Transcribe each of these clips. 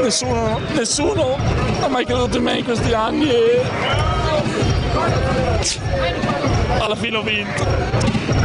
nessuno ha mai creduto in me in questi anni e alla fine ho vinto.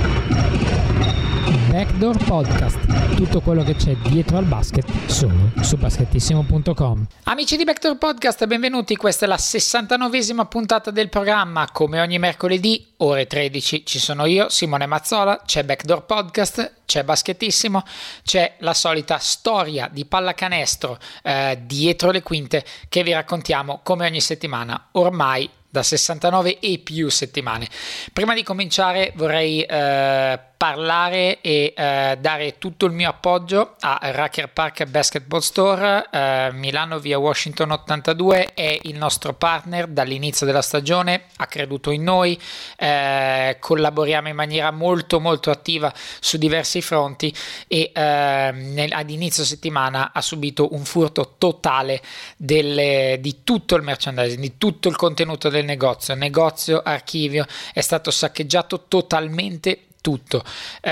Backdoor Podcast, tutto quello che c'è dietro al basket solo su basketissimo.com. Amici di Backdoor Podcast, benvenuti, questa è la 69esima puntata del programma. Come ogni mercoledì, ore 13, ci sono io, Simone Mazzola, c'è Backdoor Podcast, c'è Basketissimo, c'è la solita storia di pallacanestro dietro le quinte che vi raccontiamo come ogni settimana, ormai da 69 e più settimane. Prima di cominciare vorrei parlare e dare tutto il mio appoggio a Rucker Park Basketball Store, Milano via Washington 82, è il nostro partner dall'inizio della stagione, ha creduto in noi, collaboriamo in maniera molto molto attiva su diversi fronti e ad inizio settimana ha subito un furto totale di tutto il merchandising, di tutto il contenuto del negozio, archivio, è stato saccheggiato totalmente tutto.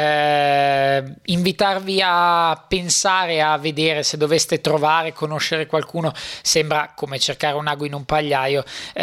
Invitarvi a pensare, a vedere se doveste conoscere qualcuno, sembra come cercare un ago in un pagliaio,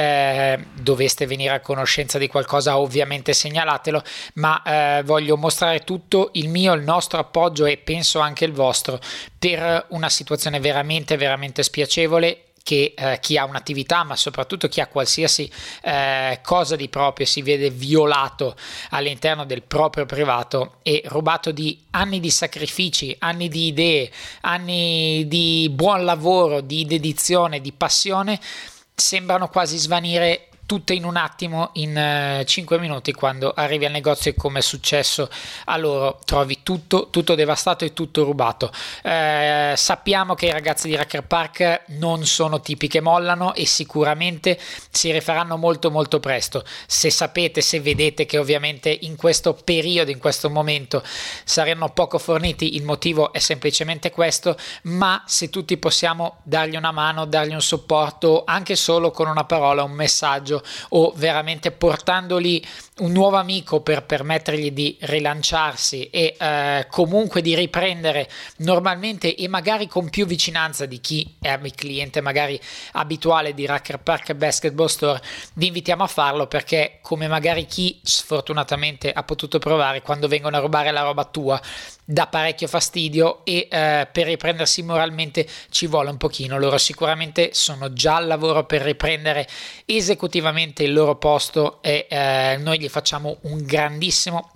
doveste venire a conoscenza di qualcosa ovviamente segnalatelo, ma voglio mostrare tutto il nostro appoggio e penso anche il vostro per una situazione veramente veramente spiacevole che chi ha un'attività, ma soprattutto chi ha qualsiasi cosa di proprio, si vede violato all'interno del proprio privato e rubato di anni di sacrifici, anni di idee, anni di buon lavoro, di dedizione, di passione, sembrano quasi svanire tutte in un attimo, in 5 minuti, quando arrivi al negozio e come è successo a loro trovi tutto devastato e tutto rubato. Sappiamo che i ragazzi di Rucker Park non sono tipi che mollano e sicuramente si rifaranno molto molto presto. Se vedete che ovviamente in questo periodo, in questo momento saranno poco forniti, il motivo è semplicemente questo, ma se tutti possiamo dargli una mano, dargli un supporto anche solo con una parola, un messaggio o veramente portandoli un nuovo amico per permettergli di rilanciarsi e comunque di riprendere normalmente e magari con più vicinanza di chi è il cliente magari abituale di Rucker Park Basketball Store, vi invitiamo a farlo, perché come magari chi sfortunatamente ha potuto provare, quando vengono a rubare la roba tua dà parecchio fastidio e per riprendersi moralmente ci vuole un pochino. Loro sicuramente sono già al lavoro per riprendere esecutivamente il loro posto e noi gli facciamo un grandissimo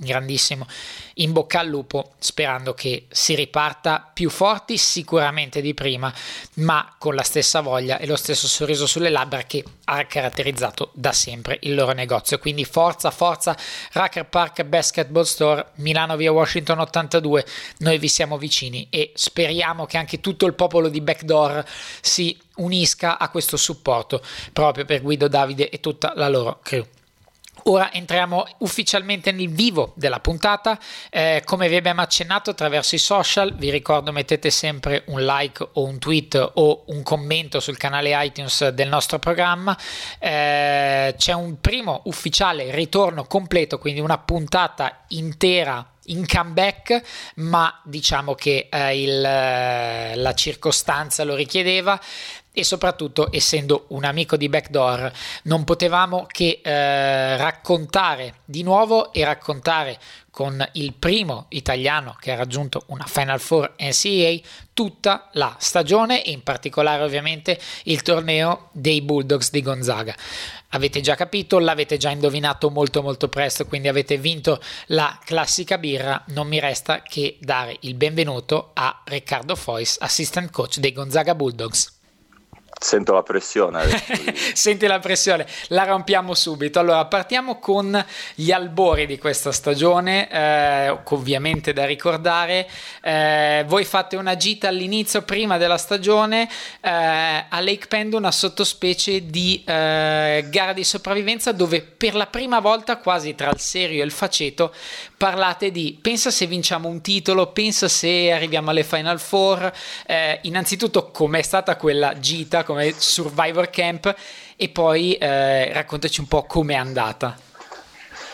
in bocca al lupo, sperando che si riparta più forti sicuramente di prima, ma con la stessa voglia e lo stesso sorriso sulle labbra che ha caratterizzato da sempre il loro negozio. Quindi forza Rucker Park Basketball Store, Milano via Washington 82, noi vi siamo vicini e speriamo che anche tutto il popolo di Backdoor si unisca a questo supporto proprio per Guido, Davide e tutta la loro crew. Ora entriamo ufficialmente nel vivo della puntata. Come vi abbiamo accennato attraverso i social, vi ricordo, mettete sempre un like o un tweet o un commento sul canale iTunes del nostro programma. C'è un primo ufficiale ritorno completo, quindi una puntata intera in comeback, ma diciamo che la circostanza lo richiedeva e soprattutto, essendo un amico di Backdoor, non potevamo che raccontare di nuovo e raccontare con il primo italiano che ha raggiunto una Final Four NCAA tutta la stagione e in particolare ovviamente il torneo dei Bulldogs di Gonzaga. Avete già capito, l'avete già indovinato molto molto presto, quindi avete vinto la classica birra. Non mi resta che dare il benvenuto a Riccardo Fois, assistant coach dei Gonzaga Bulldogs. Sento la pressione adesso. Senti la pressione, la rompiamo subito. Allora, partiamo con gli albori di questa stagione, ovviamente da ricordare. Voi fate una gita all'inizio, prima della stagione, a Lake Pendo, una sottospecie di gara di sopravvivenza dove per la prima volta, quasi tra il serio e il faceto, parlate di pensa se vinciamo un titolo, pensa se arriviamo alle Final Four. Innanzitutto com'è stata quella gita, come Survivor Camp, e poi raccontaci un po' com'è andata.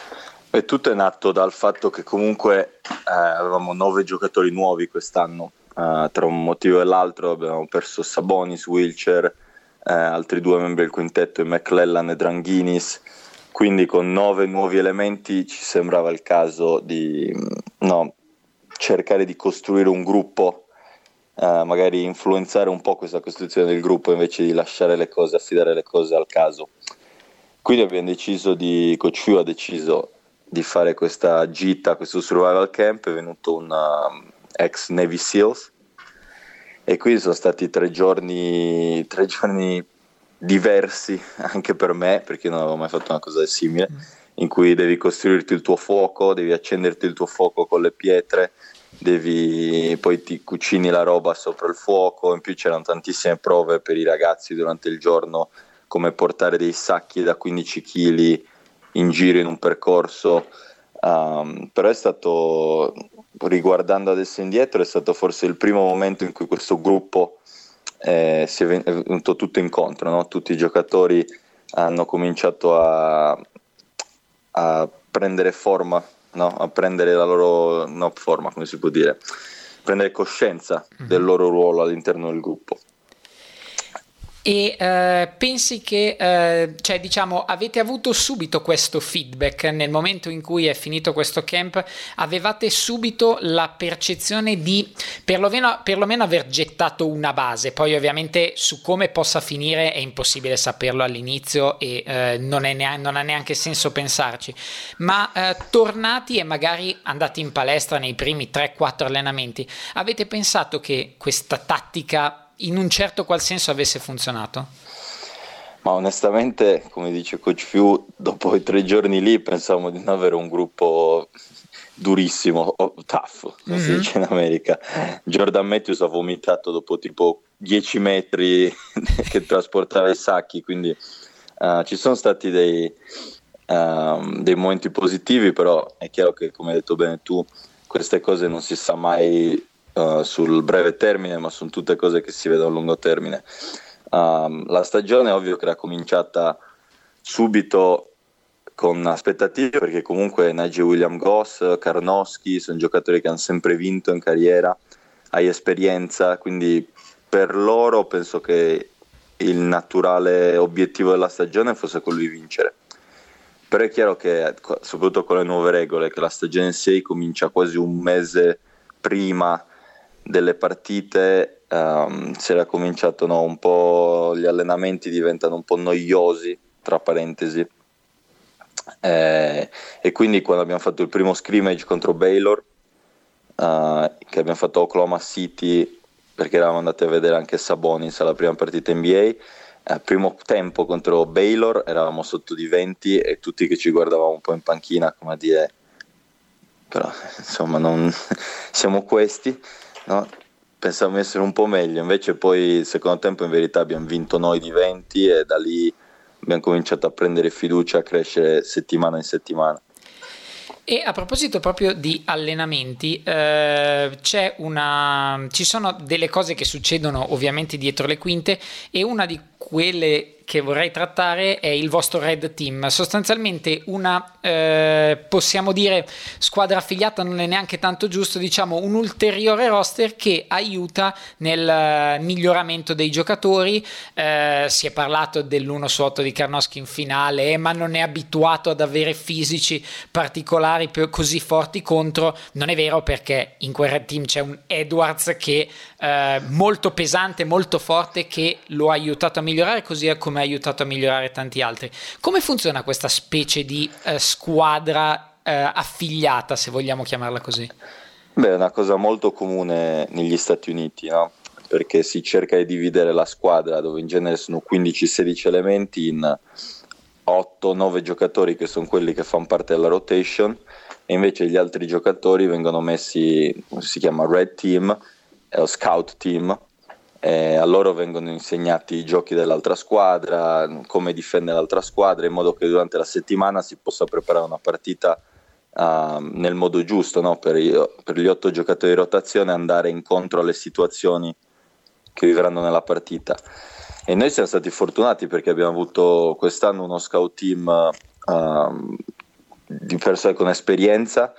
E tutto è nato dal fatto che comunque avevamo 9 giocatori nuovi quest'anno tra un motivo e l'altro abbiamo perso Sabonis, Wilcher, altri 2 membri del quintetto, McClellan e Dranginis, quindi con 9 nuovi elementi ci sembrava il caso di cercare di costruire un gruppo, magari influenzare un po' questa costruzione del gruppo invece di lasciare le cose, affidare le cose al caso. Quindi Coach Few ha deciso di fare questa gita, questo survival camp. È venuto un ex Navy SEALs e quindi sono stati 3 giorni diversi anche per me, perché non avevo mai fatto una cosa simile, in cui devi costruirti il tuo fuoco, devi accenderti il tuo fuoco con le pietre, poi ti cucini la roba sopra il fuoco. In più c'erano tantissime prove per i ragazzi durante il giorno, come portare dei sacchi da 15 kg in giro in un percorso, però è stato, riguardando adesso indietro, è stato forse il primo momento in cui questo gruppo si è venuto tutto incontro, no? Tutti i giocatori hanno cominciato a prendere forma, no? A prendere la loro forma, come si può dire, prendere coscienza del loro ruolo all'interno del gruppo. E pensi che, avete avuto subito questo feedback nel momento in cui è finito questo camp? Avevate subito la percezione di perlomeno aver gettato una base? Poi ovviamente su come possa finire è impossibile saperlo all'inizio e non ha neanche senso pensarci, ma tornati e magari andati in palestra nei primi 3-4 allenamenti, avete pensato che questa tattica in un certo qual senso avesse funzionato? Ma onestamente, come dice Coach Few, dopo i 3 giorni lì pensavamo di non avere un gruppo durissimo, tough, come si dice in America. Jordan Matthews ha vomitato dopo tipo 10 metri che trasportava i sacchi, quindi ci sono stati dei momenti positivi, però è chiaro che, come hai detto bene tu, queste cose non si sa mai sul breve termine, ma sono tutte cose che si vedono a lungo termine. La stagione è ovvio che era cominciata subito con aspettative, perché comunque Nigel Williams-Goss, Karnowski sono giocatori che hanno sempre vinto in carriera, hai esperienza, quindi per loro penso che il naturale obiettivo della stagione fosse quello di vincere. Però è chiaro che, soprattutto con le nuove regole, che la stagione 6 comincia quasi un mese prima delle partite, si era cominciato un po', gli allenamenti diventano un po' noiosi, tra parentesi, e quindi quando abbiamo fatto il primo scrimmage contro Baylor, che abbiamo fatto a Oklahoma City, perché eravamo andati a vedere anche Sabonis alla prima partita NBA, primo tempo contro Baylor eravamo sotto di 20 e tutti che ci guardavamo un po' in panchina come a dire, però insomma non siamo questi, no? Pensavamo essere un po' meglio, invece poi il secondo tempo in verità abbiamo vinto noi di 20 e da lì abbiamo cominciato a prendere fiducia, a crescere settimana in settimana. E a proposito proprio di allenamenti, ci sono delle cose che succedono ovviamente dietro le quinte, e una di quelle che vorrei trattare è il vostro Red Team, sostanzialmente una possiamo dire squadra affiliata, non è neanche tanto giusto, diciamo un ulteriore roster che aiuta nel miglioramento dei giocatori. Si è parlato dell'1 su 8 di Karnowski in finale, ma non è abituato ad avere fisici particolari così forti contro. Non è vero, perché in quel Red Team c'è un Edwards che molto pesante, molto forte, che lo ha aiutato a migliorare, così come ha aiutato a migliorare tanti altri. Come funziona questa specie di squadra affiliata, se vogliamo chiamarla così? Beh, è una cosa molto comune negli Stati Uniti, no? Perché si cerca di dividere la squadra, dove in genere sono 15-16 elementi, in 8-9 giocatori che sono quelli che fanno parte della rotation, e invece gli altri giocatori vengono messi, si chiama Red Team o Scout Team, e a loro vengono insegnati i giochi dell'altra squadra, come difendere l'altra squadra, in modo che durante la settimana si possa preparare una partita nel modo giusto, no? Per gli 8 giocatori di rotazione andare incontro alle situazioni che vivranno nella partita. E noi siamo stati fortunati perché abbiamo avuto quest'anno uno scout team di persone con esperienza,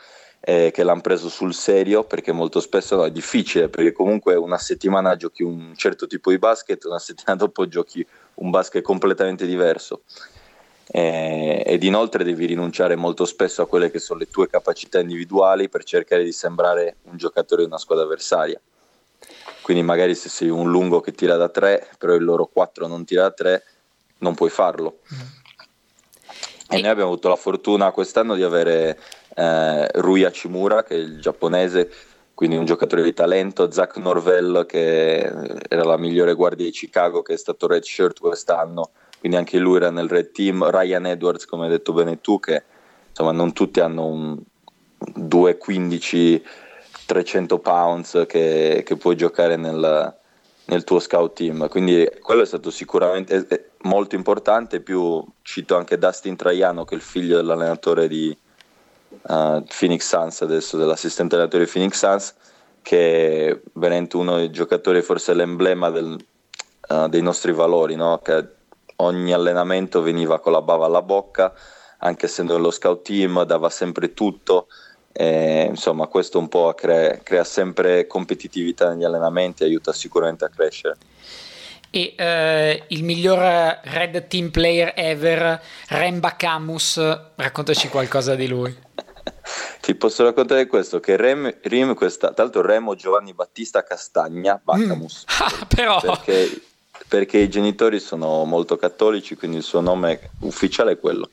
che l'hanno preso sul serio, perché molto spesso è difficile, perché comunque una settimana giochi un certo tipo di basket, una settimana dopo giochi un basket completamente diverso, ed inoltre devi rinunciare molto spesso a quelle che sono le tue capacità individuali per cercare di sembrare un giocatore di una squadra avversaria. Quindi magari se sei un lungo che tira da 3, però il loro 4 non tira da 3, non puoi farlo. E noi abbiamo avuto la fortuna quest'anno di avere Rui Hachimura, che è il giapponese, quindi un giocatore di talento, Zach Norvell, che era la migliore guardia di Chicago, che è stato redshirt quest'anno, quindi anche lui era nel red team, Ryan Edwards, come hai detto bene tu, che insomma non tutti hanno un 2'15", 300 pounds che puoi giocare nel tuo scout team, quindi quello è stato sicuramente molto importante. Più cito anche Dustin Traiano, che è il figlio dell'allenatore di Phoenix Suns, adesso dell'assistente allenatore di Phoenix Suns, che è veramente uno dei giocatori, forse l'emblema dei nostri valori, no? Che ogni allenamento veniva con la bava alla bocca, anche essendo nello scout team dava sempre tutto. Insomma, questo un po' crea sempre competitività negli allenamenti e aiuta sicuramente a crescere. E il miglior Red Team player ever, Remba Camus, raccontaci qualcosa di lui. Ti posso raccontare questo, che tra l'altro Remo Giovanni Battista Castagna Baccamus, però perché i genitori sono molto cattolici, quindi il suo nome ufficiale è quello.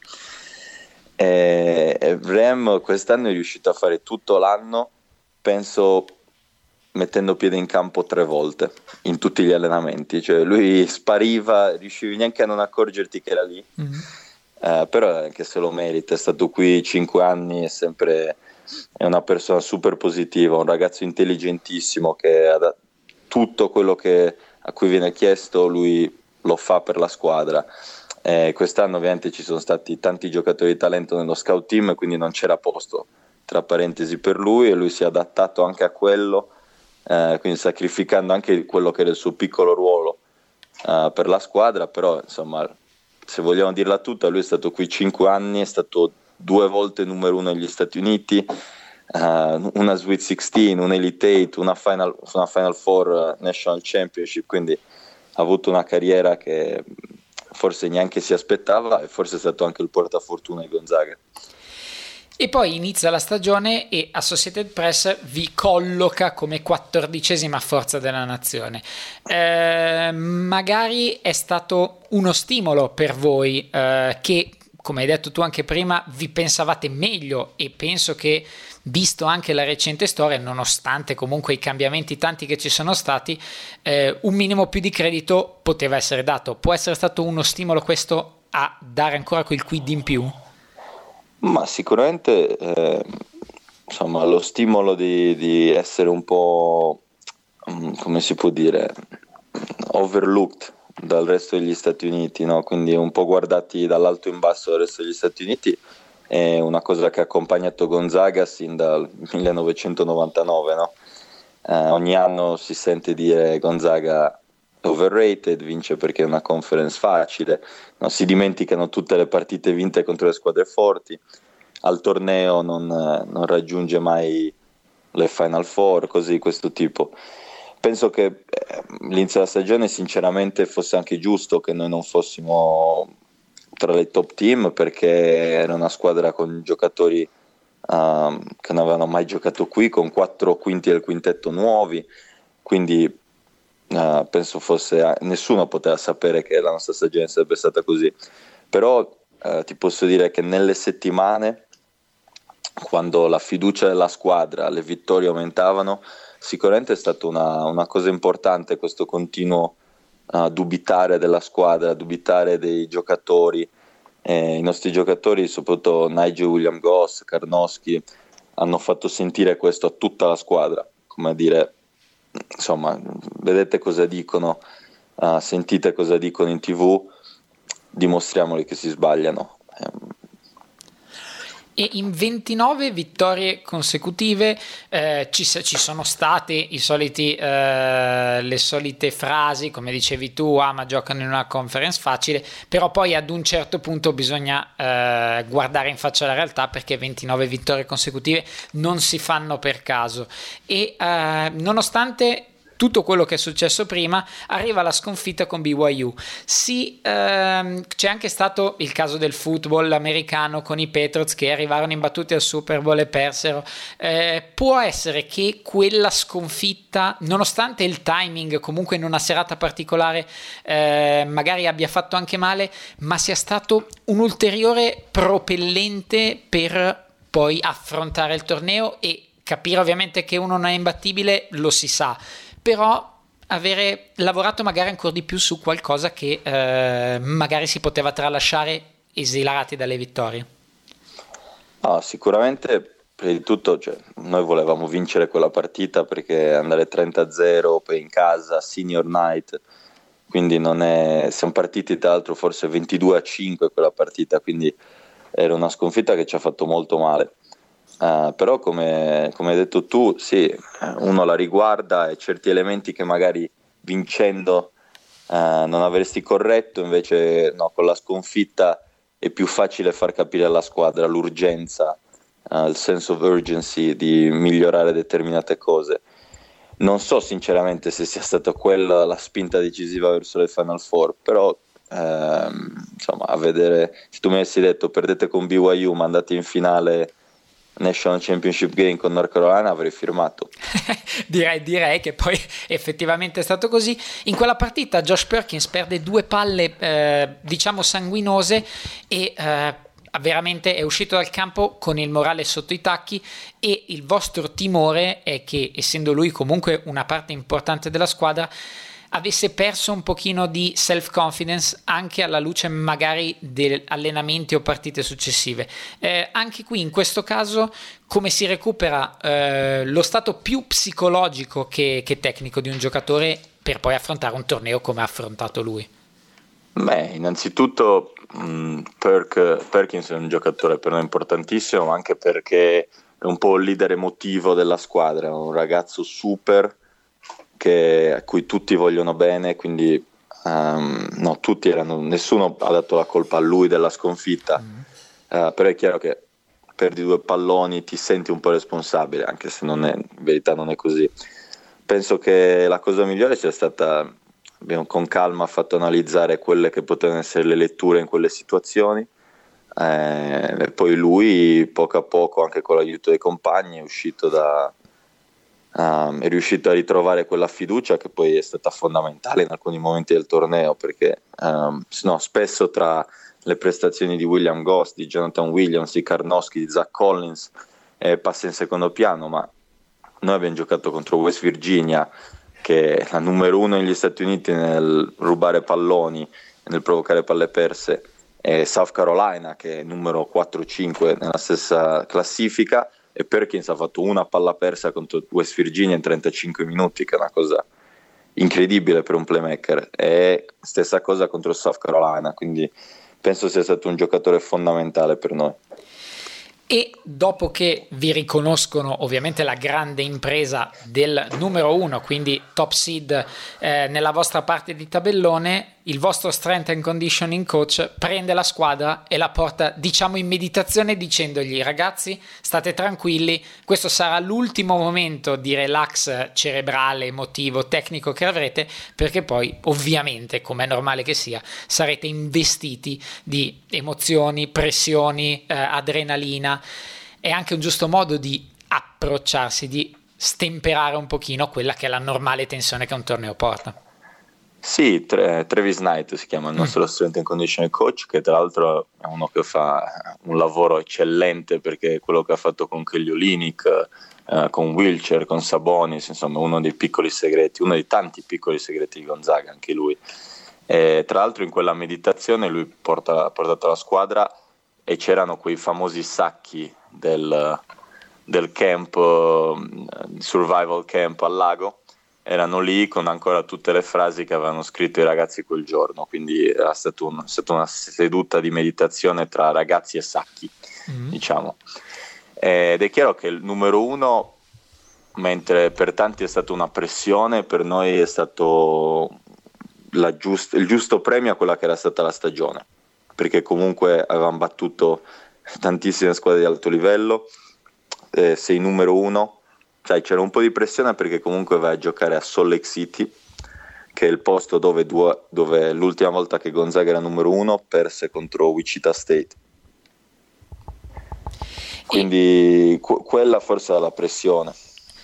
Rem quest'anno è riuscito a fare tutto l'anno, penso, mettendo piede in campo 3 volte in tutti gli allenamenti, cioè lui spariva, riuscivi neanche a non accorgerti che era lì. Però anche se lo merita, è stato qui 5 anni, è una persona super positiva, un ragazzo intelligentissimo che ha tutto quello a cui viene chiesto, lui lo fa per la squadra. Quest'anno ovviamente ci sono stati tanti giocatori di talento nello scout team, quindi non c'era posto, tra parentesi, per lui, e lui si è adattato anche a quello, quindi sacrificando anche quello che era il suo piccolo ruolo per la squadra. Però insomma, se vogliamo dirla tutta, lui è stato qui 5 anni, è stato 2 volte numero 1 negli Stati Uniti, una Sweet 16, un Elite 8, una Final Four National Championship, quindi ha avuto una carriera che forse neanche si aspettava, e forse è stato anche il portafortuna di Gonzaga. E poi inizia la stagione e Associated Press vi colloca come 14ª forza della nazione. Magari è stato uno stimolo per voi, che, come hai detto tu anche prima, vi pensavate meglio, e penso che, visto anche la recente storia, nonostante comunque i cambiamenti tanti che ci sono stati, un minimo più di credito poteva essere dato. Può essere stato uno stimolo questo a dare ancora quel quid in più? Ma sicuramente insomma, lo stimolo di essere un po', come si può dire, overlooked dal resto degli Stati Uniti, no? Quindi un po' guardati dall'alto in basso dal resto degli Stati Uniti, è una cosa che ha accompagnato Gonzaga sin dal 1999, no? Ogni anno si sente dire Gonzaga overrated, vince perché è una conference facile, no? Si dimenticano tutte le partite vinte contro le squadre forti, al torneo non raggiunge mai le Final Four, così, questo tipo. Penso che l'inizio della stagione sinceramente fosse anche giusto che noi non fossimo tra le top team, perché era una squadra con giocatori che non avevano mai giocato qui, con 4 quinti del quintetto nuovi, quindi penso fosse, nessuno poteva sapere che la nostra stagione sarebbe stata così. Però ti posso dire che nelle settimane, quando la fiducia della squadra, le vittorie aumentavano, sicuramente è stata una cosa importante questo continuo dubitare della squadra, dubitare dei giocatori. I nostri giocatori, soprattutto Nigel Williams-Goss, Karnowski, hanno fatto sentire questo a tutta la squadra, come a dire, insomma, vedete cosa dicono, sentite cosa dicono in TV, dimostriamoli che si sbagliano. E in 29 vittorie consecutive ci sono state le solite frasi, come dicevi tu, ma giocano in una conference facile, però poi ad un certo punto bisogna guardare in faccia la realtà, perché 29 vittorie consecutive non si fanno per caso. E nonostante tutto quello che è successo prima, arriva la sconfitta con BYU. Sì, c'è anche stato il caso del football americano con i Patriots che arrivarono imbattuti al Super Bowl e persero. Può essere che quella sconfitta, nonostante il timing, comunque in una serata particolare, magari abbia fatto anche male, ma sia stato un ulteriore propellente per poi affrontare il torneo e capire ovviamente che uno non è imbattibile, lo si sa. Però avere lavorato magari ancora di più su qualcosa che magari si poteva tralasciare esilarati dalle vittorie. Sicuramente, prima di tutto, noi volevamo vincere quella partita, perché andare 30-0 poi in casa, senior night, quindi siamo partiti tra l'altro forse 22-5 quella partita, quindi era una sconfitta che ci ha fatto molto male. Però come hai detto tu, sì, uno la riguarda e certi elementi che magari vincendo non avresti corretto, invece no, con la sconfitta è più facile far capire alla squadra l'urgenza, il sense of urgency di migliorare determinate cose. Non so sinceramente se sia stata quella la spinta decisiva verso le Final Four, però insomma, a vedere, se tu mi avessi detto perdete con BYU ma andate in finale National Championship Game con North Carolina, avrei firmato. direi che poi effettivamente è stato così. In quella partita Josh Perkins perde 2 palle diciamo sanguinose e veramente è uscito dal campo con il morale sotto i tacchi, e il vostro timore è che, essendo lui comunque una parte importante della squadra, avesse perso un pochino di self-confidence anche alla luce magari degli allenamenti o partite successive. Anche qui in questo caso come si recupera lo stato più psicologico che tecnico di un giocatore per poi affrontare un torneo come ha affrontato lui? Beh, innanzitutto Perkins è un giocatore per noi importantissimo, anche perché è un po' il leader emotivo della squadra, è un ragazzo super a cui tutti vogliono bene, quindi no, nessuno ha dato la colpa a lui della sconfitta, però è chiaro che perdi 2 palloni, ti senti un po' responsabile, anche se in verità non è così. Penso che la cosa migliore sia stata, abbiamo con calma fatto analizzare quelle che potevano essere le letture in quelle situazioni, e poi lui poco a poco, anche con l'aiuto dei compagni, è riuscito a ritrovare quella fiducia che poi è stata fondamentale in alcuni momenti del torneo, perché spesso tra le prestazioni di William Goss, di Jonathan Williams, di Karnowski, di Zach Collins passa in secondo piano, ma noi abbiamo giocato contro West Virginia, che è la numero 1 negli Stati Uniti nel rubare palloni e nel provocare palle perse, e South Carolina, che è numero 4-5 nella stessa classifica, e Perkins ha fatto una palla persa contro West Virginia in 35 minuti, che è una cosa incredibile per un playmaker, e stessa cosa contro South Carolina, quindi penso sia stato un giocatore fondamentale per noi. E dopo che vi riconoscono ovviamente la grande impresa del numero 1, quindi top seed nella vostra parte di tabellone, il vostro strength and conditioning coach prende la squadra e la porta, diciamo, in meditazione, dicendogli: ragazzi, state tranquilli, questo sarà l'ultimo momento di relax cerebrale, emotivo, tecnico che avrete, perché poi ovviamente, come è normale che sia, sarete investiti di emozioni, pressioni, adrenalina. È anche un giusto modo di approcciarsi, di stemperare un pochino quella che è la normale tensione che un torneo porta. Sì, Travis Knight si chiama il nostro strength and conditioning coach, che tra l'altro è uno che fa un lavoro eccellente, perché quello che ha fatto con Kelly Olynyk, con Wilcher, con Sabonis, insomma uno dei piccoli segreti, uno dei tanti piccoli segreti di Gonzaga, anche lui. E tra l'altro in quella meditazione lui ha portato la squadra, e c'erano quei famosi sacchi del camp, survival camp al lago, erano lì con ancora tutte le frasi che avevano scritto i ragazzi quel giorno, quindi era stata una seduta di meditazione tra ragazzi e sacchi, diciamo. Ed è chiaro che il numero 1, mentre per tanti è stata una pressione, per noi è stato il giusto premio a quella che era stata la stagione, perché comunque avevamo battuto tantissime squadre di alto livello, sei numero 1. Sai, c'era un po' di pressione perché comunque vai a giocare a Salt Lake City, che è il posto dove l'ultima volta che Gonzaga era numero 1 perse contro Wichita State. Quindi quella forse era la pressione.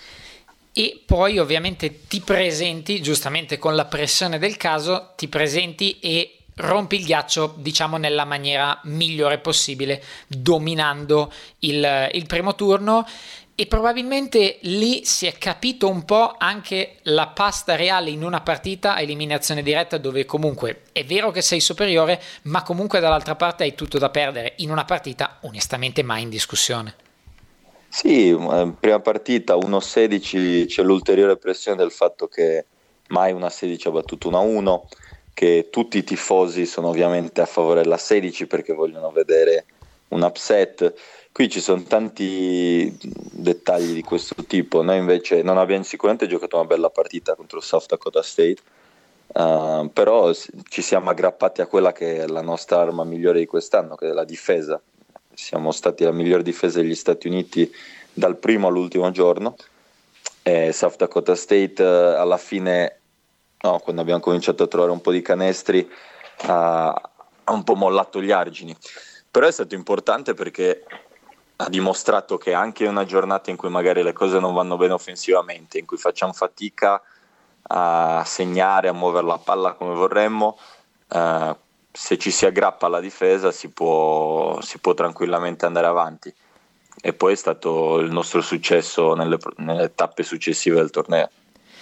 E poi ovviamente ti presenti, giustamente con la pressione del caso, ti presenti e rompi il ghiaccio, diciamo, nella maniera migliore possibile, dominando il primo turno. E probabilmente lì si è capito un po' anche la pasta reale in una partita a eliminazione diretta, dove comunque è vero che sei superiore, ma comunque dall'altra parte hai tutto da perdere, in una partita onestamente mai in discussione. Sì, prima partita 1-16, c'è l'ulteriore pressione del fatto che mai una 16 ha battuto una 1, che tutti i tifosi sono ovviamente a favore della 16 perché vogliono vedere un upset. Qui ci sono tanti dettagli di questo tipo. Noi invece non abbiamo sicuramente giocato una bella partita contro South Dakota State, però ci siamo aggrappati a quella che è la nostra arma migliore di quest'anno, che è la difesa. Siamo stati la miglior difesa degli Stati Uniti dal primo all'ultimo giorno. South Dakota State alla fine, quando abbiamo cominciato a trovare un po' di canestri, ha un po' mollato gli argini. Però è stato importante perché ha dimostrato che anche in una giornata in cui magari le cose non vanno bene offensivamente, in cui facciamo fatica a segnare, a muovere la palla come vorremmo, se ci si aggrappa alla difesa si può tranquillamente andare avanti. E poi è stato il nostro successo nelle tappe successive del torneo.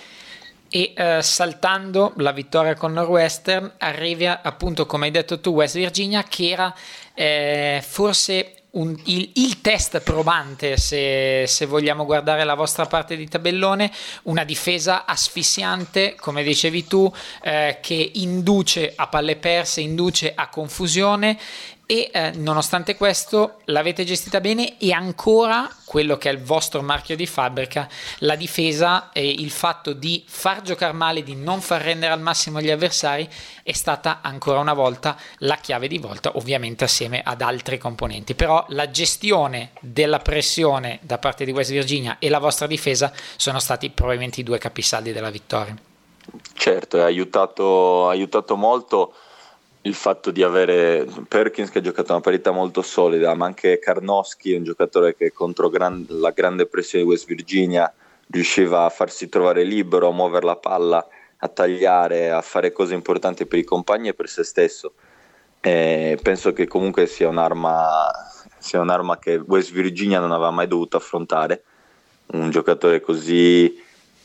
E saltando la vittoria con Northwestern, arrivi appunto, come hai detto tu, West Virginia, che era forse il test probante, se vogliamo guardare la vostra parte di tabellone. Una difesa asfissiante, come dicevi tu, che induce a palle perse, induce a confusione, e nonostante questo l'avete gestita bene. E ancora quello che è il vostro marchio di fabbrica, la difesa, e il fatto di far giocare male, di non far rendere al massimo gli avversari, è stata ancora una volta la chiave di volta, ovviamente assieme ad altri componenti. Però la gestione della pressione da parte di West Virginia e la vostra difesa sono stati probabilmente i due capisaldi della vittoria. Certo, ha aiutato molto il fatto di avere Perkins, che ha giocato una partita molto solida, ma anche Karnowski, un giocatore che contro la grande pressione di West Virginia riusciva a farsi trovare libero, a muovere la palla, a tagliare, a fare cose importanti per i compagni e per se stesso. Penso che comunque sia un'arma che West Virginia non aveva mai dovuto affrontare, un giocatore così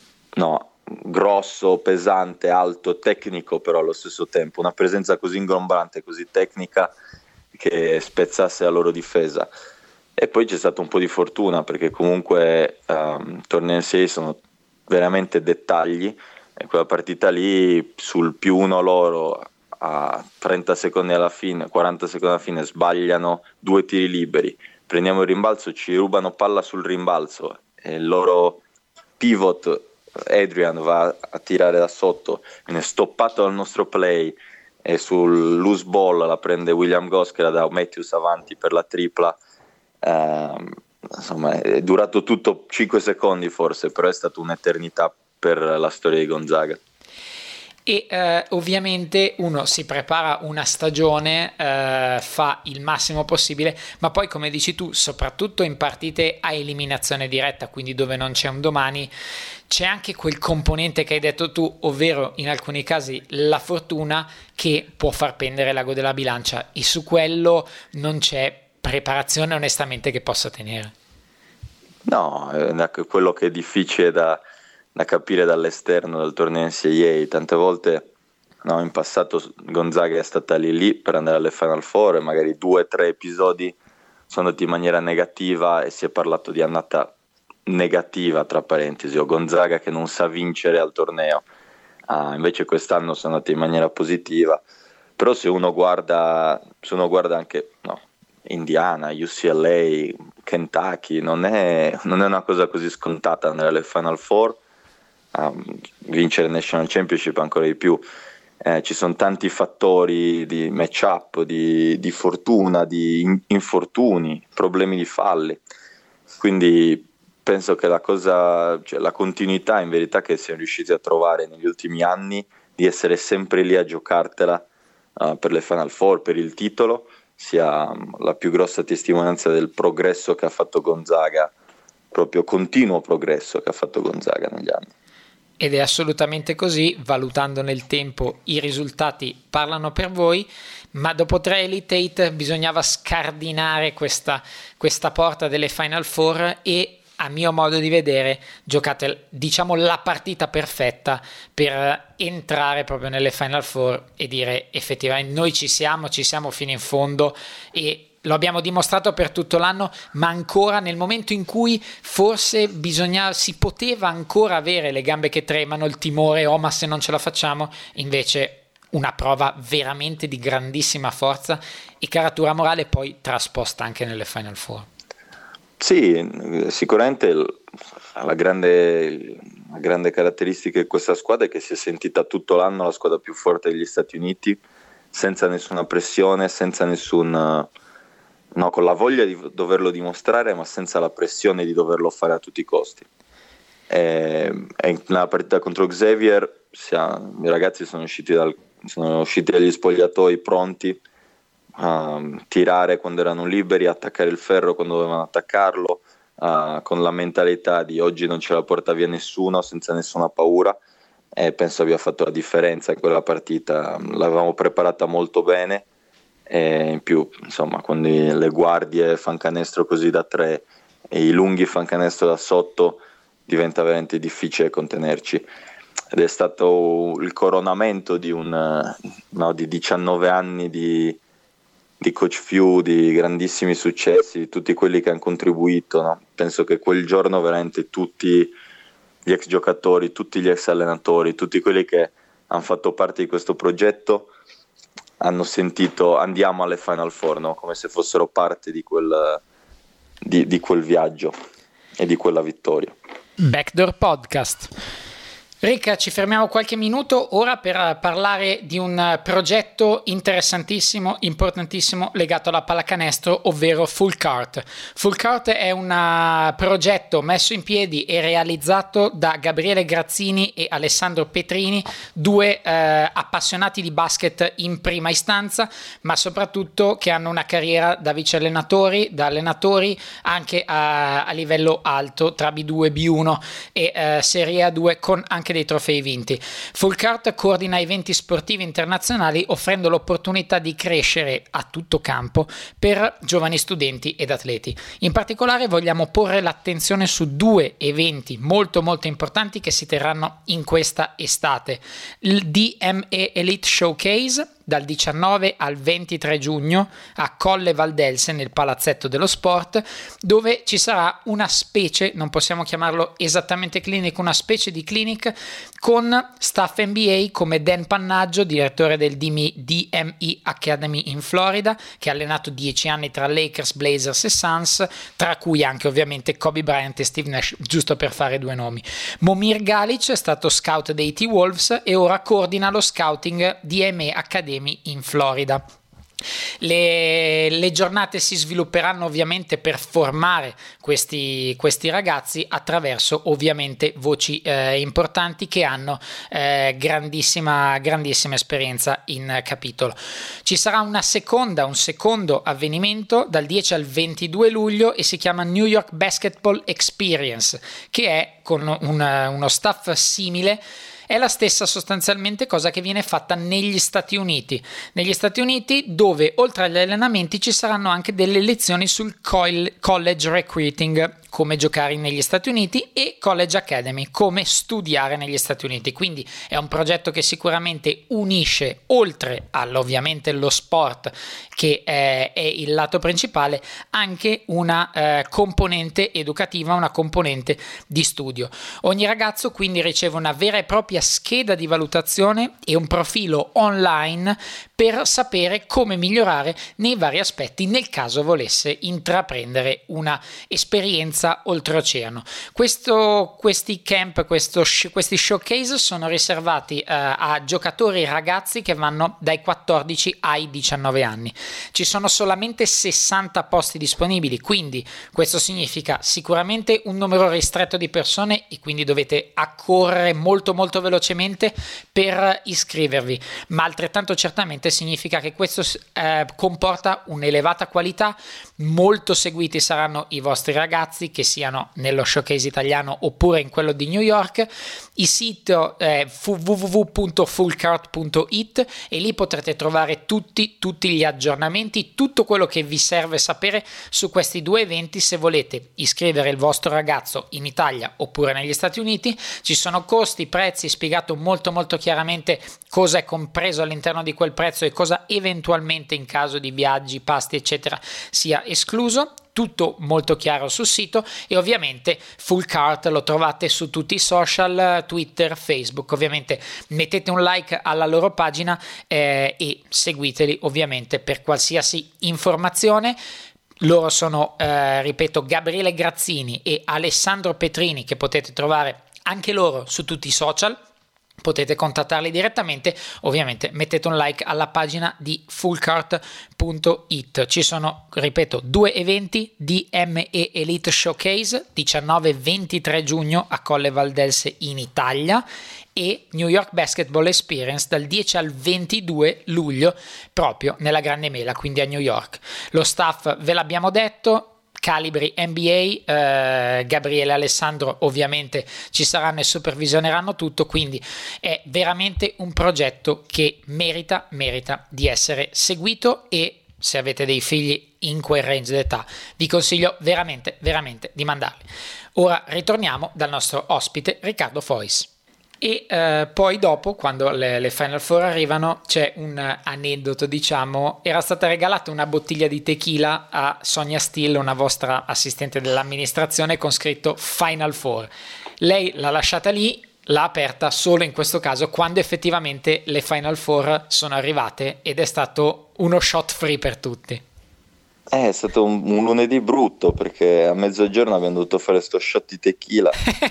grosso, pesante, alto, tecnico, però allo stesso tempo una presenza così ingombrante, così tecnica, che spezzasse la loro difesa. E poi c'è stato un po' di fortuna, perché comunque tornei in 6 sono veramente dettagli, e quella partita lì sul +1 loro a 30 secondi alla fine, 40 secondi alla fine, sbagliano 2 tiri liberi, prendiamo il rimbalzo, ci rubano palla sul rimbalzo e il loro pivot Adrian va a tirare da sotto, viene stoppato dal nostro play, e sul loose ball la prende William Goss, che la dà Matthews avanti per la tripla. Insomma, è durato tutto 5 secondi forse, però è stata un'eternità per la storia di Gonzaga. E ovviamente uno si prepara una stagione, fa il massimo possibile, ma poi, come dici tu, soprattutto in partite a eliminazione diretta, quindi dove non c'è un domani, c'è anche quel componente che hai detto tu, ovvero in alcuni casi la fortuna, che può far pendere l'ago della bilancia, e su quello non c'è preparazione onestamente che possa tenere. No, è quello che è difficile da capire dall'esterno del torneo NCAA. Tante volte in passato Gonzaga è stata lì per andare alle Final Four, e magari 2 o 3 episodi sono andati in maniera negativa e si è parlato di annata negativa, tra parentesi, o Gonzaga che non sa vincere al torneo. Invece quest'anno sono andati in maniera positiva. Però se uno guarda anche Indiana, UCLA, Kentucky, non è una cosa così scontata nelle Final Four, vincere il National Championship ancora di più. Ci sono tanti fattori di match-up, di fortuna, di infortuni, problemi di falli, quindi penso che la continuità in verità che siamo riusciti a trovare negli ultimi anni, di essere sempre lì a giocartela per le Final Four, per il titolo, sia la più grossa testimonianza del progresso che ha fatto Gonzaga, proprio continuo progresso che ha fatto Gonzaga negli anni. Ed è assolutamente così, valutando nel tempo i risultati parlano per voi, ma dopo 3 Elite 8 bisognava scardinare questa porta delle Final Four e, a mio modo di vedere, giocate, diciamo, la partita perfetta per entrare proprio nelle Final Four e dire effettivamente noi ci siamo fino in fondo, e lo abbiamo dimostrato per tutto l'anno, ma ancora nel momento in cui forse si poteva ancora avere le gambe che tremano, il timore, ma se non ce la facciamo, invece una prova veramente di grandissima forza e caratura morale poi trasposta anche nelle Final Four. Sì, sicuramente la grande caratteristica di questa squadra è che si è sentita tutto l'anno la squadra più forte degli Stati Uniti, senza nessuna pressione, senza con la voglia di doverlo dimostrare, ma senza la pressione di doverlo fare a tutti i costi. E nella partita contro Xavier i ragazzi sono usciti dagli spogliatoi pronti a tirare quando erano liberi, attaccare il ferro quando dovevano attaccarlo, con la mentalità di oggi non ce la porta via nessuno, senza nessuna paura, e penso abbia fatto la differenza in quella partita. L'avevamo preparata molto bene, e in più insomma quando le guardie fan canestro così da 3 e i lunghi fan canestro da sotto diventa veramente difficile contenerci, ed è stato il coronamento di 19 anni di Coach Few, di grandissimi successi, di tutti quelli che hanno contribuito, no? Penso che quel giorno veramente tutti gli ex giocatori, tutti gli ex allenatori, tutti quelli che hanno fatto parte di questo progetto hanno sentito andiamo alle Final Four, no? Come se fossero parte di quel viaggio e di quella vittoria. Backdoor Podcast. Rick, ci fermiamo qualche minuto ora per parlare di un progetto interessantissimo, importantissimo, legato alla pallacanestro, ovvero Full Court. Full Court è un progetto messo in piedi e realizzato da Gabriele Grazzini e Alessandro Petrini, 2 appassionati di basket in prima istanza, ma soprattutto che hanno una carriera da vice allenatori, da allenatori anche a livello alto, tra B2 e B1 e Serie A2, con anche dei trofei vinti. Full Court coordina eventi sportivi internazionali, offrendo l'opportunità di crescere a tutto campo per giovani studenti ed atleti. In particolare vogliamo porre l'attenzione su 2 eventi molto molto importanti che si terranno in questa estate: il DME Elite Showcase dal 19 al 23 giugno a Colle Valdelse, nel Palazzetto dello Sport, dove ci sarà una specie, non possiamo chiamarlo esattamente clinic, una specie di clinic con staff NBA come Dan Pannaggio, direttore del DME Academy in Florida, che ha allenato 10 anni tra Lakers, Blazers e Suns, tra cui anche ovviamente Kobe Bryant e Steve Nash, giusto per fare 2 nomi. Momir Galic è stato scout dei T-Wolves e ora coordina lo scouting DME Academy in Florida. Le giornate si svilupperanno ovviamente per formare questi ragazzi attraverso ovviamente voci importanti che hanno grandissima esperienza in capitolo. Ci sarà un secondo avvenimento dal 10 al 22 luglio e si chiama New York Basketball Experience, che è con uno staff simile. È la stessa sostanzialmente cosa che viene fatta negli Stati Uniti, dove oltre agli allenamenti ci saranno anche delle lezioni sul college recruiting, come giocare negli Stati Uniti, e College Academy, come studiare negli Stati Uniti. Quindi è un progetto che sicuramente unisce, oltre all'ovviamente lo sport che è il lato principale, anche una componente educativa, una componente di studio. Ogni ragazzo quindi riceve una vera e propria scheda di valutazione e un profilo online per sapere come migliorare nei vari aspetti nel caso volesse intraprendere una esperienza oltreoceano. Questi camp, questi showcase sono riservati a giocatori ragazzi che vanno dai 14 ai 19 anni. Ci sono solamente 60 posti disponibili, quindi questo significa sicuramente un numero ristretto di persone e quindi dovete accorrere molto molto velocemente per iscrivervi, ma altrettanto certamente significa che questo comporta un'elevata qualità. Molto seguiti saranno i vostri ragazzi, che siano nello showcase italiano oppure in quello di New York. Il sito è www.fullcourt.it e lì potrete trovare tutti gli aggiornamenti, tutto quello che vi serve sapere su questi due eventi. Se volete iscrivere il vostro ragazzo in Italia oppure negli Stati Uniti, ci sono costi, prezzi, spiegato molto molto chiaramente cosa è compreso all'interno di quel prezzo e cosa eventualmente in caso di viaggi, pasti eccetera sia escluso. Tutto molto chiaro sul sito, e ovviamente Full Court lo trovate su tutti i social, Twitter, Facebook. Ovviamente mettete un like alla loro pagina e seguiteli ovviamente per qualsiasi informazione. Loro sono, ripeto, Gabriele Grazzini e Alessandro Petrini, che potete trovare anche loro su tutti i social. Potete contattarli direttamente, ovviamente mettete un like alla pagina di fullcourt.it. Ci sono, ripeto, due eventi: DME Elite Showcase 19-23 giugno a Colle Valdelse in Italia, e New York Basketball Experience dal 10 al 22 luglio proprio nella Grande Mela, quindi a New York. Lo staff ve l'abbiamo detto: calibri NBA, Gabriele e Alessandro ovviamente ci saranno e supervisioneranno tutto, quindi è veramente un progetto che merita di essere seguito, e se avete dei figli in quel range d'età vi consiglio veramente di mandarli. Ora ritorniamo dal nostro ospite Riccardo Fois. E poi dopo, quando le Final Four arrivano, c'è un aneddoto, diciamo. Era stata regalata una bottiglia di tequila a Sonia Steele, una vostra assistente dell'amministrazione, con scritto Final Four. Lei l'ha lasciata lì, l'ha aperta solo in questo caso quando effettivamente le Final Four sono arrivate, ed è stato uno shot free per tutti. È stato un lunedì brutto, perché a mezzogiorno abbiamo dovuto fare sto shot di tequila.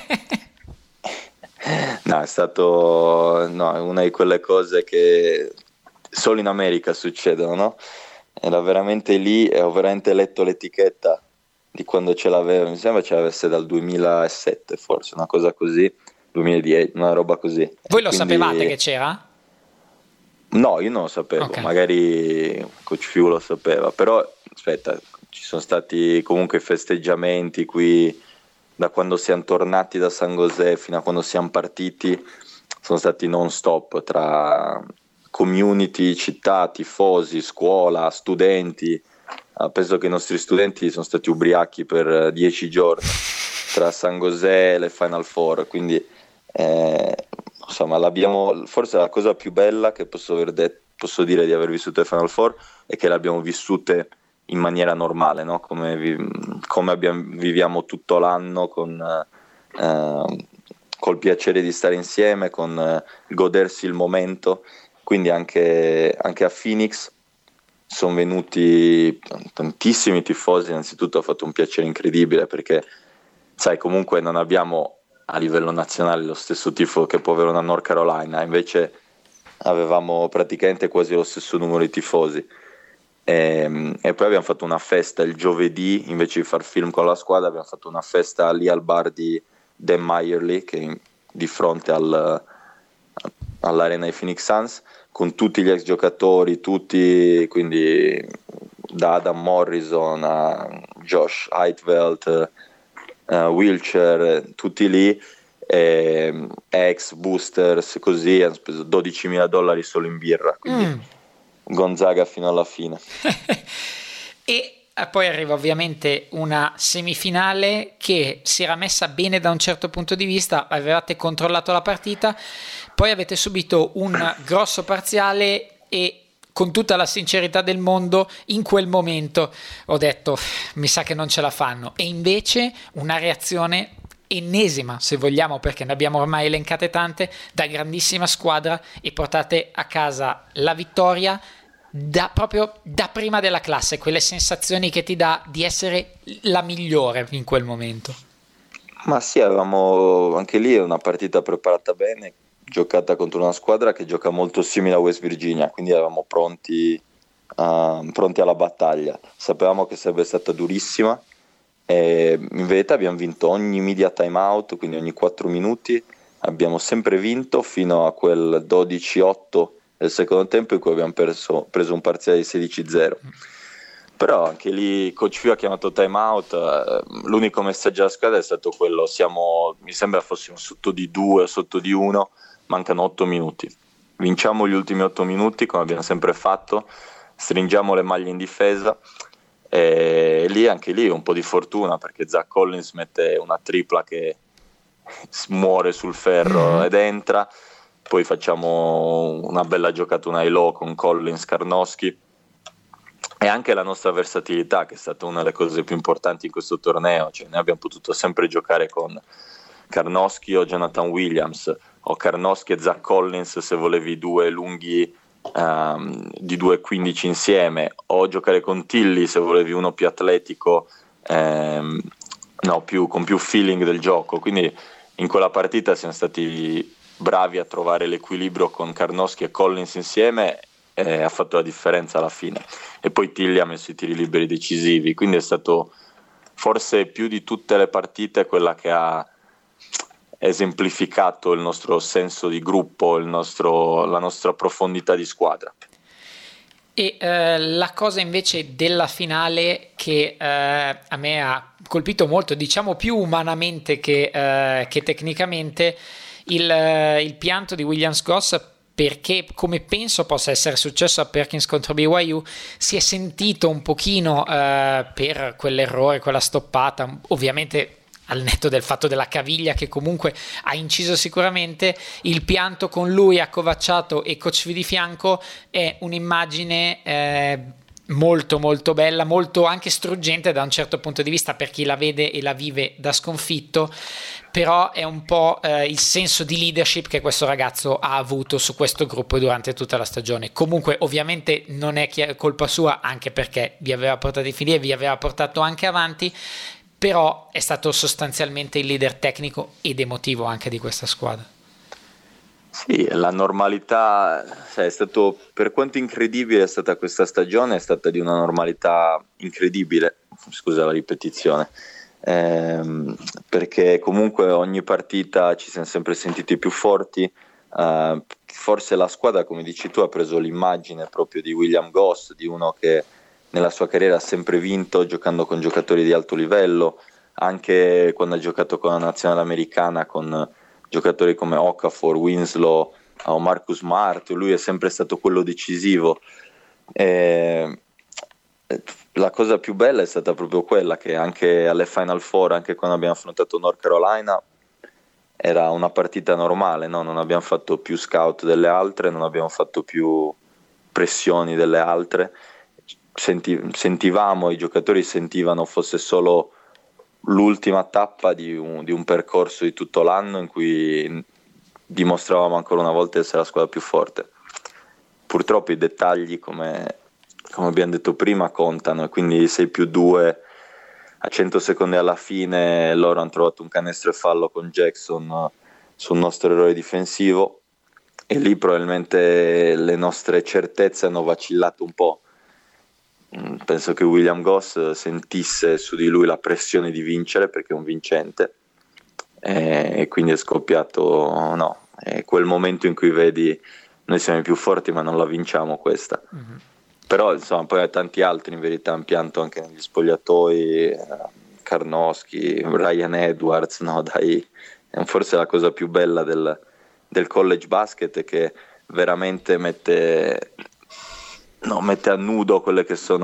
No, è stato una di quelle cose che solo in America succedono, no? Era veramente lì, e ho veramente letto l'etichetta di quando ce l'aveva, mi sembra ce l'avesse dal 2007 forse, una cosa così, 2010, una roba così. Voi lo sapevate che c'era? No, io non lo sapevo, Okay. Magari Coach Fiu lo sapeva, però aspetta, ci sono stati comunque festeggiamenti qui. Da quando siamo tornati da San José fino a quando siamo partiti, sono stati non stop tra community, città, tifosi, scuola, studenti. Penso che i nostri studenti sono stati ubriachi per 10 giorni tra San José e le Final Four, quindi insomma forse la cosa più bella che posso dire di aver vissuto le Final Four è che le abbiamo vissute in maniera normale, no? Come viviamo tutto l'anno, col piacere di stare insieme, con godersi il momento. Quindi anche a Phoenix sono venuti tantissimi tifosi. Innanzitutto ha fatto un piacere incredibile, perché sai, comunque non abbiamo a livello nazionale lo stesso tifo che può avere una North Carolina, invece avevamo praticamente quasi lo stesso numero di tifosi. E poi abbiamo fatto una festa il giovedì, invece di far film con la squadra abbiamo fatto una festa lì al bar di Dan Meyerly, che è di fronte all'arena di Phoenix Suns, con tutti gli ex giocatori, tutti, quindi da Adam Morrison a Josh Heidfeld, Wilcher, tutti lì, ex boosters, così. Hanno speso $12,000 solo in birra, quindi Gonzaga fino alla fine. E poi arriva ovviamente una semifinale che si era messa bene da un certo punto di vista, avevate controllato la partita, poi avete subito un grosso parziale e con tutta la sincerità del mondo in quel momento ho detto mi sa che non ce la fanno, e invece una reazione ennesima, se vogliamo, perché ne abbiamo ormai elencate tante, da grandissima squadra, e portate a casa la vittoria proprio da prima della classe, quelle sensazioni che ti dà di essere la migliore in quel momento. Ma sì, avevamo anche lì una partita preparata bene, giocata contro una squadra che gioca molto simile a West Virginia, quindi eravamo pronti alla battaglia. Sapevamo che sarebbe stata durissima e in verità abbiamo vinto ogni media timeout, quindi ogni 4 minuti abbiamo sempre vinto fino a quel 12-8 del secondo tempo in cui abbiamo preso un parziale di 16-0. Però anche lì Coach Few ha chiamato timeout, l'unico messaggio alla squadra è stato quello: mi sembra fossimo sotto di 2 o sotto di 1, mancano 8 minuti, vinciamo gli ultimi 8 minuti come abbiamo sempre fatto, stringiamo le maglie in difesa, e lì anche lì un po' di fortuna, perché Zach Collins mette una tripla che muore sul ferro ed entra, poi facciamo una bella giocata, un high low con Collins, Karnowski, e anche la nostra versatilità, che è stata una delle cose più importanti in questo torneo. Cioè, noi abbiamo potuto sempre giocare con Karnowski o Jonathan Williams, o Karnowski e Zach Collins se volevi due lunghi di 2.15 insieme, o giocare con Tilly se volevi uno più atletico, con più feeling del gioco. Quindi in quella partita siamo stati bravi a trovare l'equilibrio con Karnowski e Collins insieme, e ha fatto la differenza alla fine. E poi Tilly ha messo i tiri liberi decisivi, quindi è stato forse più di tutte le partite quella che ha esemplificato il nostro senso di gruppo, la nostra profondità di squadra. E la cosa invece della finale che a me ha colpito molto, diciamo più umanamente che tecnicamente, il pianto di Williams-Goss, perché come penso possa essere successo a Perkins contro BYU, si è sentito un pochino per quell'errore, quella stoppata, ovviamente al netto del fatto della caviglia che comunque ha inciso sicuramente, il pianto con lui accovacciato e Coach V di fianco è un'immagine molto molto bella, molto anche struggente da un certo punto di vista per chi la vede e la vive da sconfitto, però è un po' il senso di leadership che questo ragazzo ha avuto su questo gruppo durante tutta la stagione. Comunque ovviamente non è colpa sua, anche perché vi aveva portati fino e vi aveva portato anche avanti, però è stato sostanzialmente il leader tecnico ed emotivo anche di questa squadra. Sì, la normalità, è stato, per quanto incredibile è stata questa stagione, è stata di una normalità incredibile, scusa la ripetizione, perché comunque ogni partita ci siamo sempre sentiti più forti. Forse la squadra, come dici tu, ha preso l'immagine proprio di Williams-Goss, di uno che nella sua carriera ha sempre vinto giocando con giocatori di alto livello, anche quando ha giocato con la nazionale americana, con giocatori come Okafor, Winslow o Marcus Smart. Lui è sempre stato quello decisivo. La cosa più bella è stata proprio quella che anche alle Final Four, anche quando abbiamo affrontato North Carolina, era una partita normale, no? Non abbiamo fatto più scout delle altre, non abbiamo fatto più pressioni delle altre. Sentivamo, i giocatori sentivano fosse solo l'ultima tappa di un percorso di tutto l'anno in cui dimostravamo ancora una volta di essere la squadra più forte. Purtroppo i dettagli, come abbiamo detto prima, contano, e quindi 6+2 a 100 secondi alla fine loro hanno trovato un canestro e fallo con Jackson sul nostro errore difensivo, e lì probabilmente le nostre certezze hanno vacillato un po'. Penso che Williams-Goss sentisse su di lui la pressione di vincere, perché è un vincente, e quindi è scoppiato è quel momento in cui vedi noi siamo i più forti ma non la vinciamo questa. Però insomma poi tanti altri in verità hanno pianto anche negli spogliatoi, Karnowski, Ryan Edwards, forse la cosa più bella del college basket è che veramente mette a nudo quelle che sono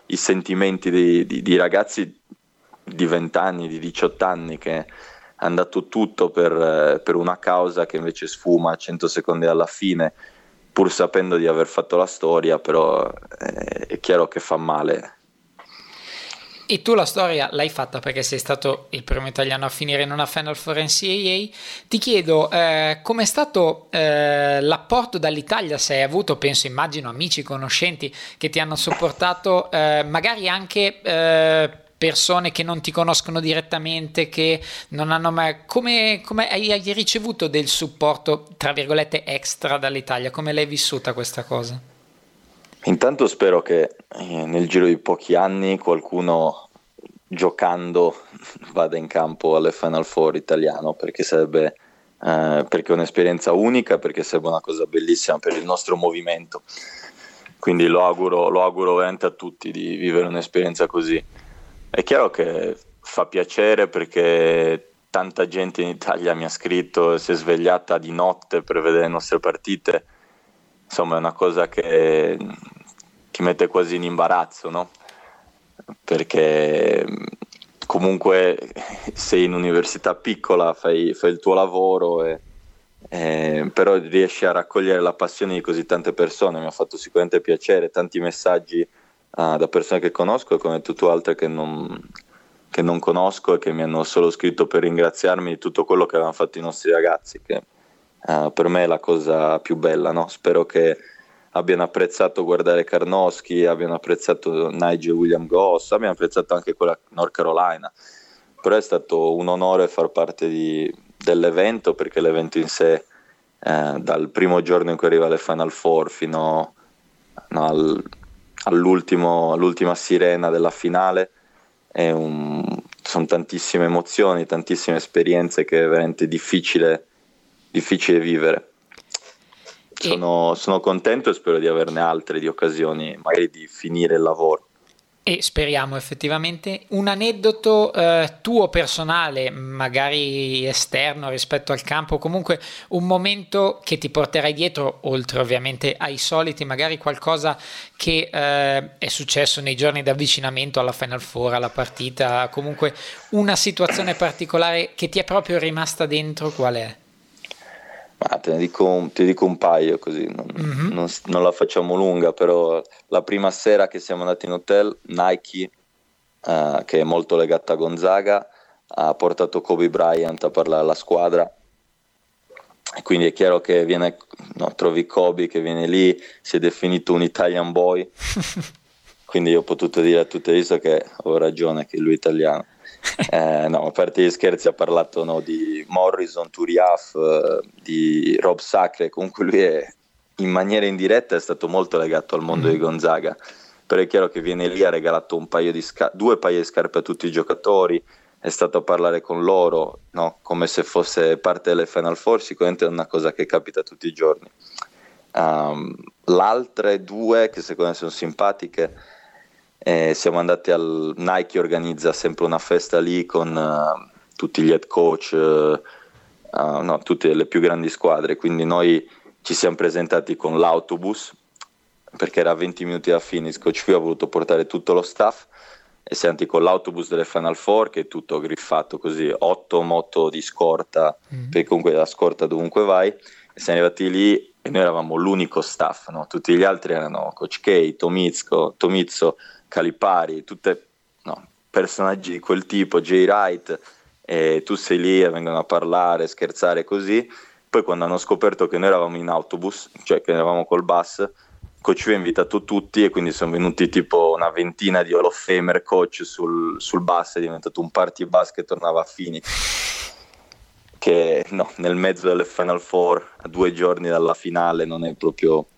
i sentimenti di ragazzi di 20 anni, di 18 anni che hanno dato tutto per una causa che invece sfuma a 100 secondi alla fine, pur sapendo di aver fatto la storia, però è chiaro che fa male. E tu la storia l'hai fatta perché sei stato il primo italiano a finire in una Final Four NCAA. Ti chiedo com'è stato l'apporto dall'Italia, se hai avuto, immagino, amici, conoscenti che ti hanno supportato, magari anche persone che non ti conoscono direttamente, che non hanno mai... Come hai ricevuto del supporto, tra virgolette, extra dall'Italia? Come l'hai vissuta questa cosa? Intanto spero che nel giro di pochi anni qualcuno giocando vada in campo alle Final Four italiano, perché sarebbe perché è un'esperienza unica, perché sarebbe una cosa bellissima per il nostro movimento. Quindi lo auguro veramente a tutti di vivere un'esperienza così. È chiaro che fa piacere perché tanta gente in Italia mi ha scritto, si è svegliata di notte per vedere le nostre partite. Insomma, è una cosa che ti mette quasi in imbarazzo, no? Perché comunque sei in università piccola, fai il tuo lavoro, però riesci a raccogliere la passione di così tante persone. Mi ha fatto sicuramente piacere, tanti messaggi da persone che conosco e come tu altre che non conosco e che mi hanno solo scritto per ringraziarmi di tutto quello che avevano fatto i nostri ragazzi, che per me è la cosa più bella, no? Spero che abbiano apprezzato guardare Karnowski, abbiano apprezzato Nigel Williams-Goss, abbiano apprezzato anche quella North Carolina. Però è stato un onore far parte dell'evento, perché l'evento in sé, dal primo giorno in cui arriva alle Final Four fino all'ultima sirena della finale, sono tantissime emozioni, tantissime esperienze che è veramente difficile vivere. Sono contento e spero di averne altre di occasioni, magari di finire il lavoro. E speriamo effettivamente. Un aneddoto tuo personale, magari esterno rispetto al campo, comunque un momento che ti porterai dietro, oltre ovviamente ai soliti, magari qualcosa che è successo nei giorni di avvicinamento alla Final Four, alla partita, comunque una situazione particolare che ti è proprio rimasta dentro, qual è? Ma te ne dico un paio, così non la facciamo lunga, però la prima sera che siamo andati in hotel, Nike, che è molto legata a Gonzaga, ha portato Kobe Bryant a parlare alla squadra, e quindi è chiaro che trovi Kobe che viene lì, si è definito un Italian boy, quindi io ho potuto dire a tutte le visto che avevo ragione, che lui è italiano. No, a parte gli scherzi, ha parlato di Morrison, Turiaf, di Rob Sacre. Comunque lui in maniera indiretta è stato molto legato al mondo di Gonzaga, però è chiaro che viene lì, ha regalato due paia di scarpe a tutti i giocatori, è stato a parlare con loro, no? Come se fosse parte delle Final Four. Sicuramente è una cosa che capita tutti i giorni. L'altre due che secondo me sono simpatiche, siamo andati Nike organizza sempre una festa lì con tutti gli head coach, tutte le più grandi squadre, quindi noi ci siamo presentati con l'autobus, perché era 20 minuti da finish. Coach Q ha voluto portare tutto lo staff e siamo andati con l'autobus delle Final Four, che è tutto griffato così, 8 moto di scorta, perché comunque la scorta dovunque vai, e siamo arrivati lì e noi eravamo l'unico staff, no? Tutti gli altri erano Coach K, Tomizzo, Calipari, tutte personaggi di quel tipo, Jay Wright, e tu sei lì e vengono a parlare, scherzare così. Poi quando hanno scoperto che noi eravamo in autobus, cioè che eravamo col bus, Coach V ha invitato tutti e quindi sono venuti tipo una ventina di Hall of Famer coach sul bus, è diventato un party bus che tornava a Phoenix, che nel mezzo delle Final Four, a 2 giorni dalla finale, non è proprio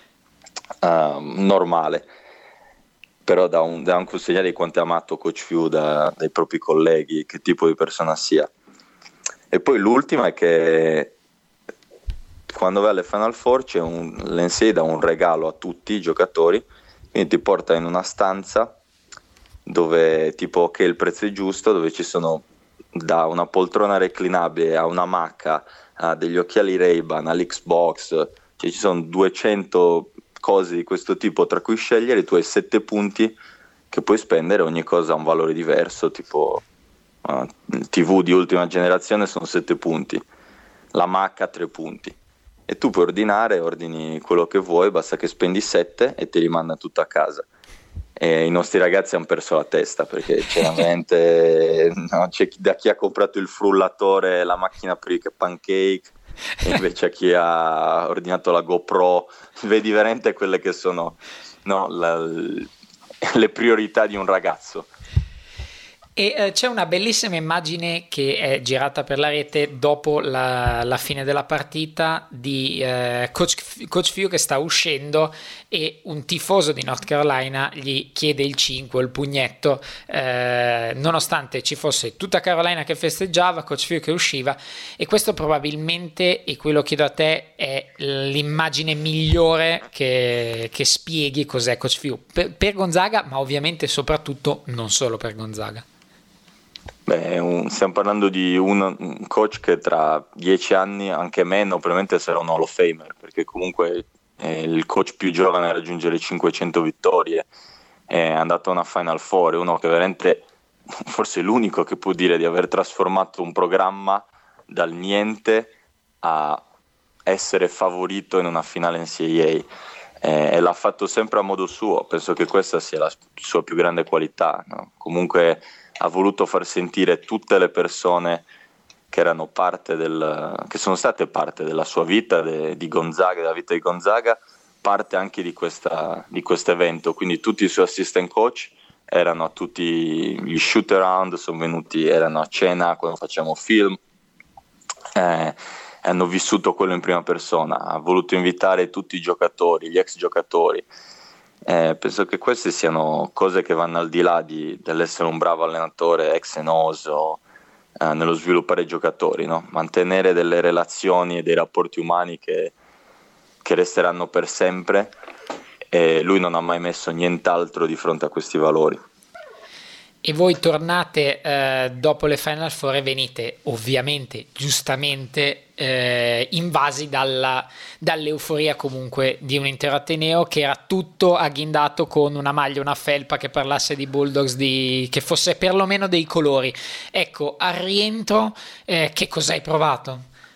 normale. Però dà anche un segnale di quanto è amato Coach Few dai propri colleghi, che tipo di persona sia. E poi l'ultima è che quando vai alle Final Four l'NCAA dà un regalo a tutti i giocatori, quindi ti porta in una stanza dove tipo che il prezzo è giusto, dove ci sono da una poltrona reclinabile a una macca, a degli occhiali Ray-Ban, all'Xbox, cioè ci sono 200 cose di questo tipo tra cui scegliere. Tu hai 7 punti che puoi spendere, ogni cosa ha un valore diverso, tipo il TV di ultima generazione sono 7 punti, la Mac a 3 punti, e tu puoi ordini quello che vuoi, basta che spendi 7 e ti rimanda tutto a casa. E i nostri ragazzi hanno perso la testa, perché chiaramente c'è da chi ha comprato il frullatore, la macchina per i pancake, e invece a chi ha ordinato la GoPro. Vedi veramente quelle che sono le priorità di un ragazzo. E c'è una bellissima immagine che è girata per la rete dopo la fine della partita di Coach Few che sta uscendo e un tifoso di North Carolina gli chiede il 5, il pugnetto, nonostante ci fosse tutta Carolina che festeggiava, Coach Few che usciva, e questo probabilmente, e quello chiedo a te, è l'immagine migliore che spieghi cos'è Coach Few per Gonzaga, ma ovviamente soprattutto non solo per Gonzaga. Stiamo parlando di un coach che tra 10 anni, anche meno, probabilmente sarà un Hall of Famer, perché comunque è il coach più giovane a raggiungere 500 vittorie, è andato a una Final Four, è uno che veramente, forse è l'unico che può dire di aver trasformato un programma dal niente a essere favorito in una finale NCAA, e l'ha fatto sempre a modo suo. Penso che questa sia la sua più grande qualità, no? Comunque ha voluto far sentire tutte le persone che erano che sono state parte della sua vita, di Gonzaga, della vita di Gonzaga, parte anche di questo evento. Quindi tutti i suoi assistant coach erano a tutti gli shoot around, erano a cena quando facciamo film, hanno vissuto quello in prima persona. Ha voluto invitare tutti i giocatori, gli ex giocatori. Penso che queste siano cose che vanno al di là dell'essere un bravo allenatore ex enoso, nello sviluppare i giocatori, no? Mantenere delle relazioni e dei rapporti umani che resteranno per sempre, e lui non ha mai messo nient'altro di fronte a questi valori. E voi tornate dopo le Final Four e venite ovviamente, giustamente, invasi dall'euforia comunque di un intero Ateneo che era tutto agghindato con una maglia, una felpa che parlasse di Bulldogs, che fosse perlomeno dei colori. Ecco, al rientro che cosa hai provato?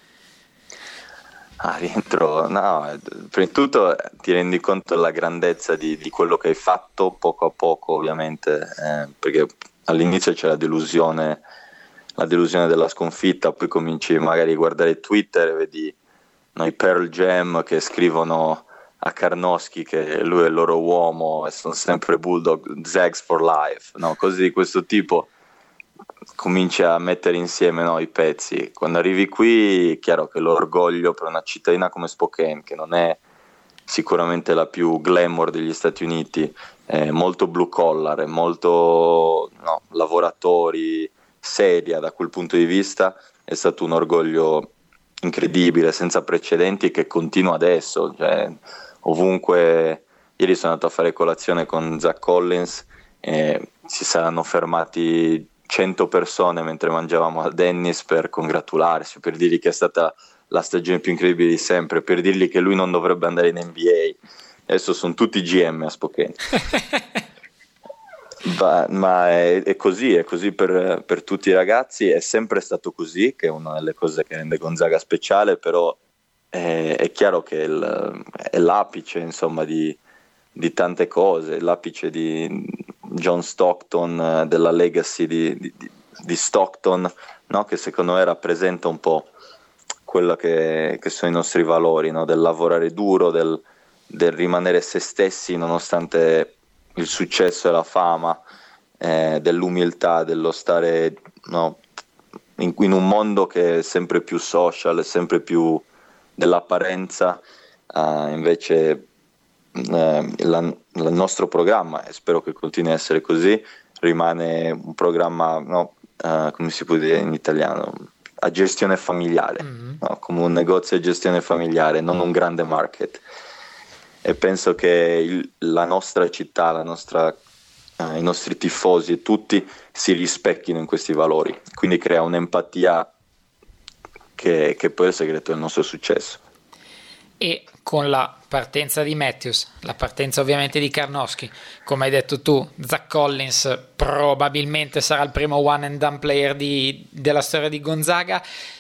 Rientro, no, prima di tutto ti rendi conto della grandezza di quello che hai fatto poco a poco, ovviamente, perché all'inizio c'è la delusione della sconfitta, poi cominci magari a guardare Twitter e vedi i Pearl Jam che scrivono a Karnowski che lui è il loro uomo e sono sempre Bulldog, Zags for life, no? Così di questo tipo. Cominci a mettere insieme, no, i pezzi. Quando arrivi qui è chiaro che l'orgoglio per una cittadina come Spokane, che non è sicuramente la più glamour degli Stati Uniti, è molto blue collar, è molto lavoratori, seria da quel punto di vista, è stato un orgoglio incredibile, senza precedenti, che continua adesso. Cioè, ovunque, ieri sono andato a fare colazione con Zach Collins e si saranno fermati 100 persone mentre mangiavamo al Dennis per congratularsi, per dirgli che è stata la stagione più incredibile di sempre, per dirgli che lui non dovrebbe andare in NBA. Adesso sono tutti GM a Spokane. ma è così per tutti i ragazzi, è sempre stato così, che è una delle cose che rende Gonzaga speciale, però è chiaro che è l'apice, insomma, di tante cose, l'apice di John Stockton, della legacy di Stockton, no? Che secondo me rappresenta un po' quello che sono i nostri valori, no? Del lavorare duro, del rimanere se stessi nonostante il successo e la fama, dell'umiltà, dello stare, no, in un mondo che è sempre più social, sempre più dell'apparenza. Invece il nostro programma, e spero che continui a essere così, rimane un programma, no, come si può dire in italiano, a gestione familiare, no? Come un negozio a gestione familiare, non un grande market. E penso che la nostra città, i nostri tifosi e tutti si rispecchino in questi valori, quindi crea un'empatia che poi è il segreto del nostro successo. E con la partenza di Matthews, la partenza ovviamente di Karnowski, come hai detto tu, Zach Collins probabilmente sarà il primo one and done player della storia di Gonzaga.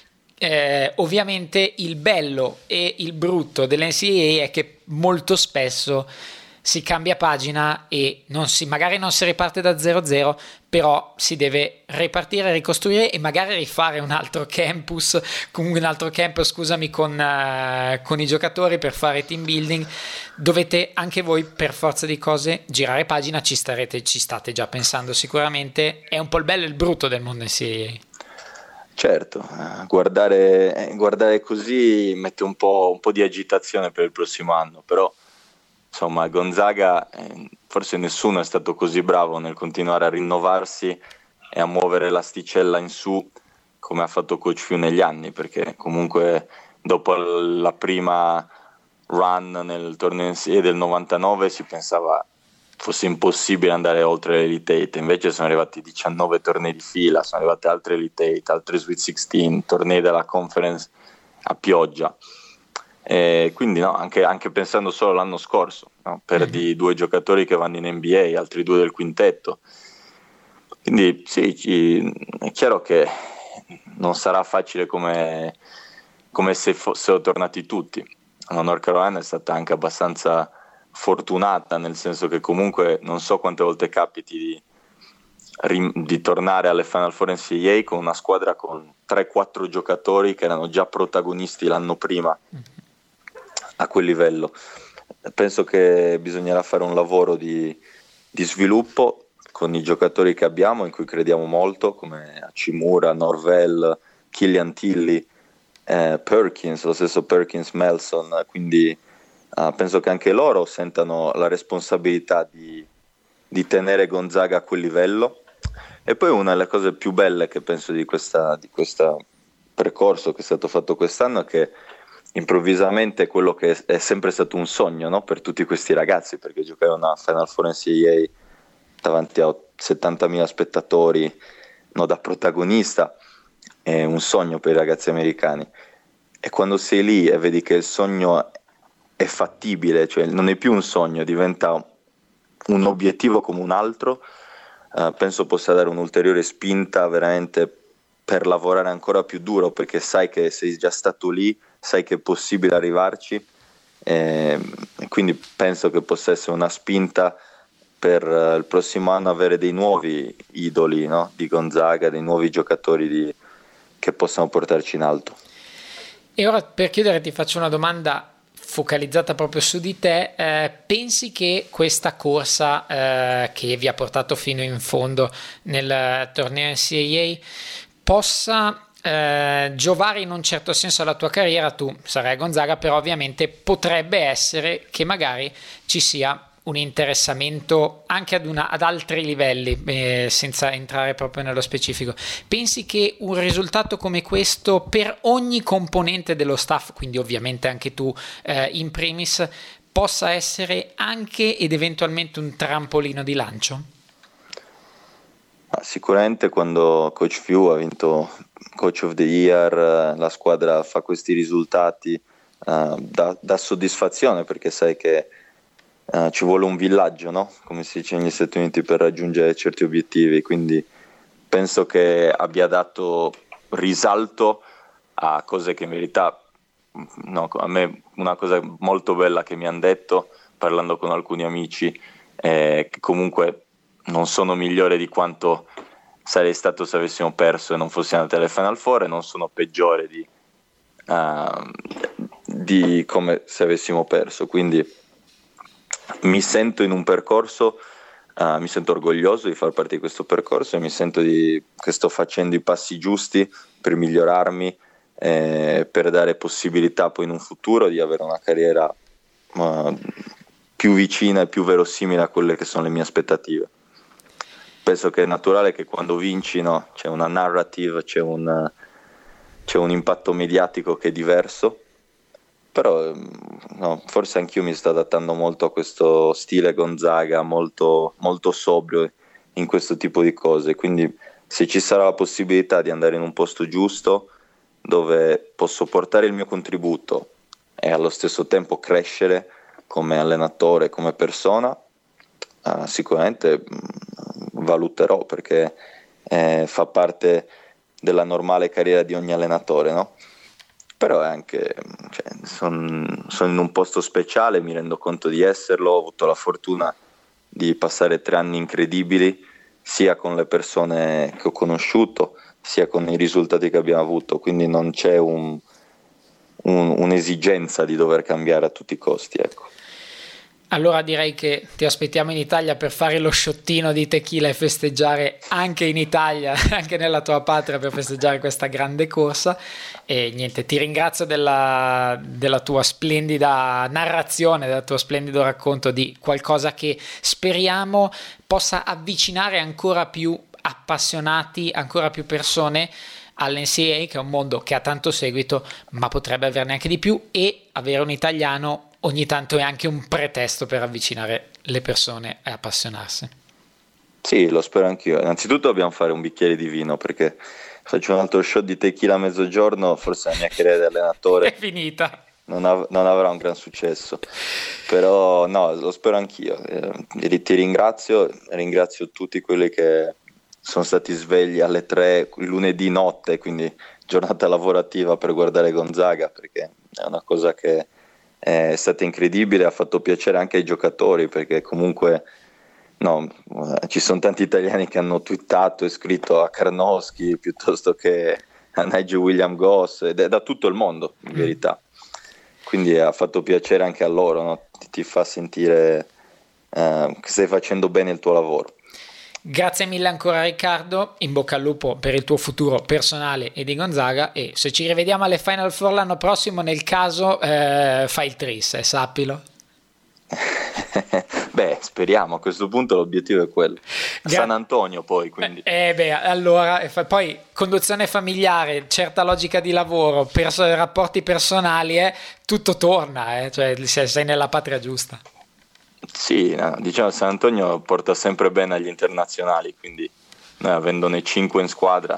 Ovviamente il bello e il brutto dell'NCAA è che molto spesso si cambia pagina e magari non si riparte da 0-0, però si deve ripartire, ricostruire e magari rifare un altro campus, scusami, con i giocatori per fare team building. Dovete anche voi per forza di cose girare pagina, ci state già pensando sicuramente. È un po' il bello e il brutto del mondo NCAA. Certo, guardare così mette un po' di agitazione per il prossimo anno, però insomma Gonzaga, forse nessuno è stato così bravo nel continuare a rinnovarsi e a muovere l'asticella in su come ha fatto Coach Few negli anni, perché comunque dopo la prima run nel torneo NCAA del 99 si pensava fosse impossibile andare oltre l'Elite 8, invece sono arrivati 19 tornei di fila, sono arrivate altre Elite 8, altre Sweet 16, tornei della Conference a pioggia. Quindi no, anche pensando solo all'anno scorso, no? Perdi 2 giocatori che vanno in NBA, altri 2 del quintetto, quindi sì, è chiaro che non sarà facile come se fossero tornati tutti. La North Carolina è stata anche abbastanza fortunata, nel senso che comunque non so quante volte capiti di tornare alle Final Four NCAA con una squadra con 3-4 giocatori che erano già protagonisti l'anno prima a quel livello. Penso che bisognerà fare un lavoro di sviluppo con i giocatori che abbiamo, in cui crediamo molto, come Hachimura, Norvell, Killian Tilly, Perkins, lo stesso Perkins Melson, quindi penso che anche loro sentano la responsabilità di tenere Gonzaga a quel livello. E poi una delle cose più belle che penso di questo percorso che è stato fatto quest'anno è che improvvisamente quello che è sempre stato un sogno, no? Per tutti questi ragazzi, perché giocare una Final Four NCAA davanti a 70.000 spettatori, no, da protagonista, è un sogno per i ragazzi americani. E quando sei lì e vedi che il sogno è fattibile, cioè non è più un sogno, diventa un obiettivo come un altro, penso possa dare un'ulteriore spinta veramente per lavorare ancora più duro, perché sai che sei già stato lì, sai che è possibile arrivarci, e quindi penso che possa essere una spinta per il prossimo anno avere dei nuovi idoli, no? Di Gonzaga, dei nuovi giocatori che possano portarci in alto. E ora, per chiudere, ti faccio una domanda focalizzata proprio su di te. Pensi che questa corsa che vi ha portato fino in fondo nel torneo NCAA possa giovare in un certo senso alla tua carriera? Tu sarai a Gonzaga, però ovviamente potrebbe essere che magari ci sia un interessamento anche ad altri livelli, senza entrare proprio nello specifico. Pensi che un risultato come questo per ogni componente dello staff, quindi ovviamente anche tu in primis, possa essere anche ed eventualmente un trampolino di lancio? Sicuramente quando Coach Few ha vinto Coach of the Year, la squadra fa questi risultati, dà soddisfazione, perché sai che ci vuole un villaggio, no? Come si dice negli Stati Uniti, per raggiungere certi obiettivi, quindi penso che abbia dato risalto a cose che in verità, no, a me una cosa molto bella che mi hanno detto parlando con alcuni amici è che comunque non sono migliore di quanto sarei stato se avessimo perso e non fossi andati alle Final Four, e non sono peggiore di come se avessimo perso, quindi mi sento in un percorso, mi sento orgoglioso di far parte di questo percorso e mi sento che sto facendo i passi giusti per migliorarmi, per dare possibilità poi in un futuro di avere una carriera più vicina e più verosimile a quelle che sono le mie aspettative. Penso che è naturale che quando vinci, no, c'è una narrative, c'è un impatto mediatico che è diverso, però no, forse anch'io mi sto adattando molto a questo stile Gonzaga, molto, molto sobrio in questo tipo di cose, quindi se ci sarà la possibilità di andare in un posto giusto dove posso portare il mio contributo e allo stesso tempo crescere come allenatore, come persona, sicuramente valuterò, perché fa parte della normale carriera di ogni allenatore, no? Però è anche, cioè, sono in un posto speciale, mi rendo conto di esserlo, ho avuto la fortuna di passare 3 anni incredibili, sia con le persone che ho conosciuto, sia con i risultati che abbiamo avuto, quindi non c'è un'esigenza di dover cambiare a tutti i costi, ecco. Allora direi che ti aspettiamo in Italia per fare lo sciottino di tequila e festeggiare anche in Italia, anche nella tua patria, per festeggiare questa grande corsa. E niente, ti ringrazio della tua splendida narrazione, del tuo splendido racconto di qualcosa che speriamo possa avvicinare ancora più appassionati, ancora più persone all'NCAA, che è un mondo che ha tanto seguito, ma potrebbe averne anche di più, e avere un italiano ogni tanto è anche un pretesto per avvicinare le persone e appassionarsi. Sì, lo spero anch'io. Innanzitutto dobbiamo fare un bicchiere di vino, perché faccio un altro shot di tequila a mezzogiorno, forse la mia carriera di allenatore è finita. Non avrà un gran successo, però no, lo spero anch'io. Ti ringrazio tutti quelli che sono stati svegli alle 3 il lunedì notte, quindi giornata lavorativa, per guardare Gonzaga, perché è una cosa che è stata incredibile, ha fatto piacere anche ai giocatori, perché comunque ci sono tanti italiani che hanno twittato e scritto a Karnowski piuttosto che a Nigel Williams-Goss, ed è da tutto il mondo in verità, quindi ha fatto piacere anche a loro, no? Ti fa sentire che stai facendo bene il tuo lavoro. Grazie mille ancora Riccardo, in bocca al lupo per il tuo futuro personale e di Gonzaga, e se ci rivediamo alle Final Four l'anno prossimo, nel caso fai il tris, sappilo. Beh, speriamo, a questo punto l'obiettivo è quello. San Antonio poi, quindi. Allora, poi conduzione familiare, certa logica di lavoro, rapporti personali, tutto torna, cioè sei nella patria giusta. Sì, no, diciamo San Antonio porta sempre bene agli internazionali, quindi noi avendone 5 in squadra,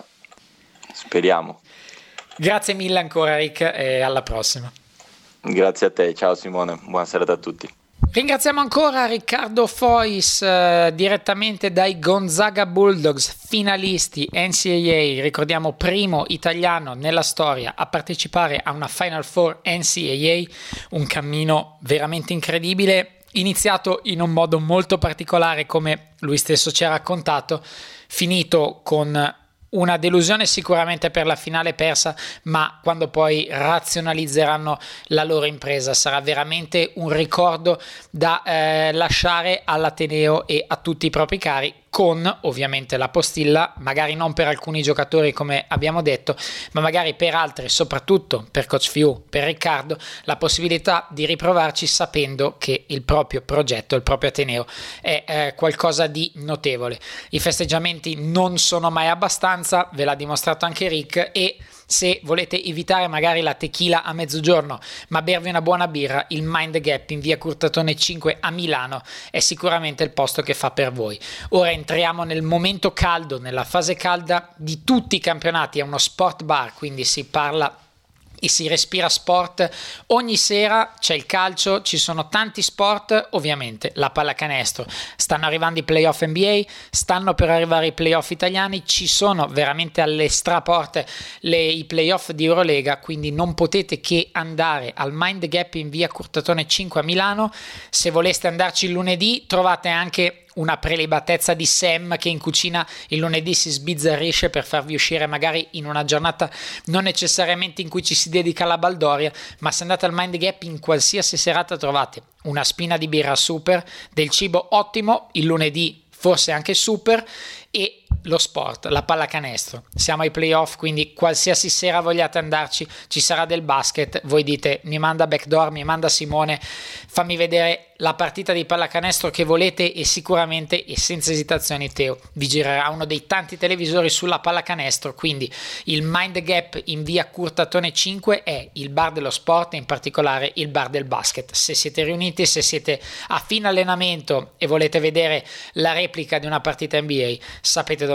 speriamo. Grazie mille ancora Rick, e alla prossima. Grazie a te, ciao Simone, buona serata a tutti. Ringraziamo ancora Riccardo Fois, direttamente dai Gonzaga Bulldogs, finalisti NCAA, ricordiamo primo italiano nella storia a partecipare a una Final Four NCAA, un cammino veramente incredibile, iniziato in un modo molto particolare, come lui stesso ci ha raccontato, finito con una delusione sicuramente per la finale persa, ma quando poi razionalizzeranno la loro impresa sarà veramente un ricordo da lasciare all'Ateneo e a tutti i propri cari, con ovviamente la postilla, magari non per alcuni giocatori come abbiamo detto, ma magari per altri, soprattutto per Coach Fiu, per Riccardo, la possibilità di riprovarci sapendo che il proprio progetto, il proprio Ateneo è qualcosa di notevole. I festeggiamenti non sono mai abbastanza, ve l'ha dimostrato anche Rick, e se volete evitare magari la tequila a mezzogiorno ma bervi una buona birra, il Mind Gap in via Curtatone 5 a Milano è sicuramente il posto che fa per voi. Ora entriamo nel momento caldo, nella fase calda di tutti i campionati. È uno sport bar, quindi si parla e si respira sport. Ogni sera c'è il calcio, ci sono tanti sport, ovviamente la pallacanestro, stanno arrivando i playoff NBA, stanno per arrivare i playoff italiani, ci sono veramente alle straporte i playoff di Eurolega, quindi non potete che andare al Mind Gap in via Curtatone 5 a Milano. Se voleste andarci il lunedì trovate anche una prelibatezza di Sam che in cucina il lunedì si sbizzarrisce per farvi uscire magari in una giornata non necessariamente in cui ci si dedica alla baldoria, ma se andate al Mind Gap in qualsiasi serata trovate una spina di birra super, del cibo ottimo, il lunedì forse anche super, e lo sport, la pallacanestro. Siamo ai playoff, quindi qualsiasi sera vogliate andarci ci sarà del basket. Voi dite mi manda Backdoor, mi manda Simone, fammi vedere la partita di pallacanestro che volete, e sicuramente e senza esitazioni Teo vi girerà uno dei tanti televisori sulla pallacanestro. Quindi il Mind Gap in via Curtatone 5 è il bar dello sport e in particolare il bar del basket. Se siete riuniti, se siete a fine allenamento e volete vedere la replica di una partita NBA, sapete dove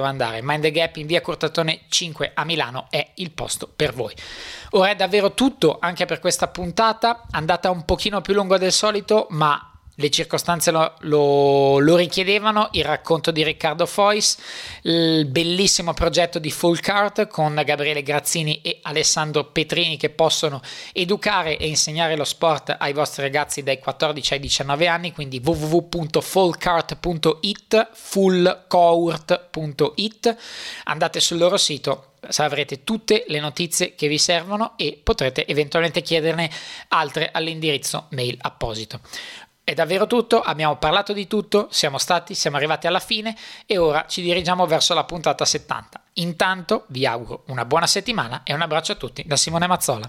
dove andare. Mind the Gap in via Curtatone 5 a Milano è il posto per voi. Ora è davvero tutto anche per questa puntata, andata un pochino più lunga del solito, ma le circostanze lo richiedevano. Il racconto di Riccardo Fois, il bellissimo progetto di Full Cart con Gabriele Grazzini e Alessandro Petrini che possono educare e insegnare lo sport ai vostri ragazzi dai 14 ai 19 anni, quindi www.fullcart.it, fullcourt.it, andate sul loro sito, avrete tutte le notizie che vi servono e potrete eventualmente chiederne altre all'indirizzo mail apposito. È davvero tutto, abbiamo parlato di tutto, siamo arrivati alla fine e ora ci dirigiamo verso la puntata 70. Intanto vi auguro una buona settimana e un abbraccio a tutti da Simone Mazzola.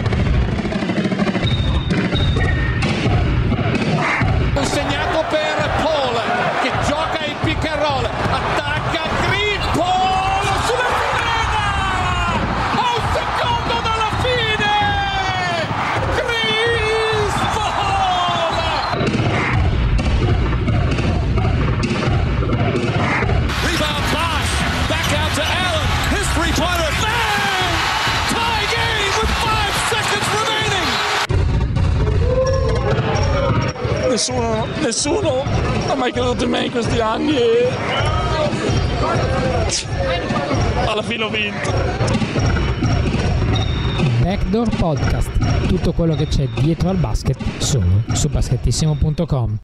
Consegnato per Paul che gioca il pick and roll, attacca Green, Paul sulla sirena, a un secondo dalla fine, Chris Paul, rebound pass, back out to Allen, his three-pointer, bang, tie game with 5 seconds remaining. Nessuno ha mai creduto in me in questi anni e alla fine ho vinto. Backdoor Podcast, tutto quello che c'è dietro al basket solo su basketissimo.com.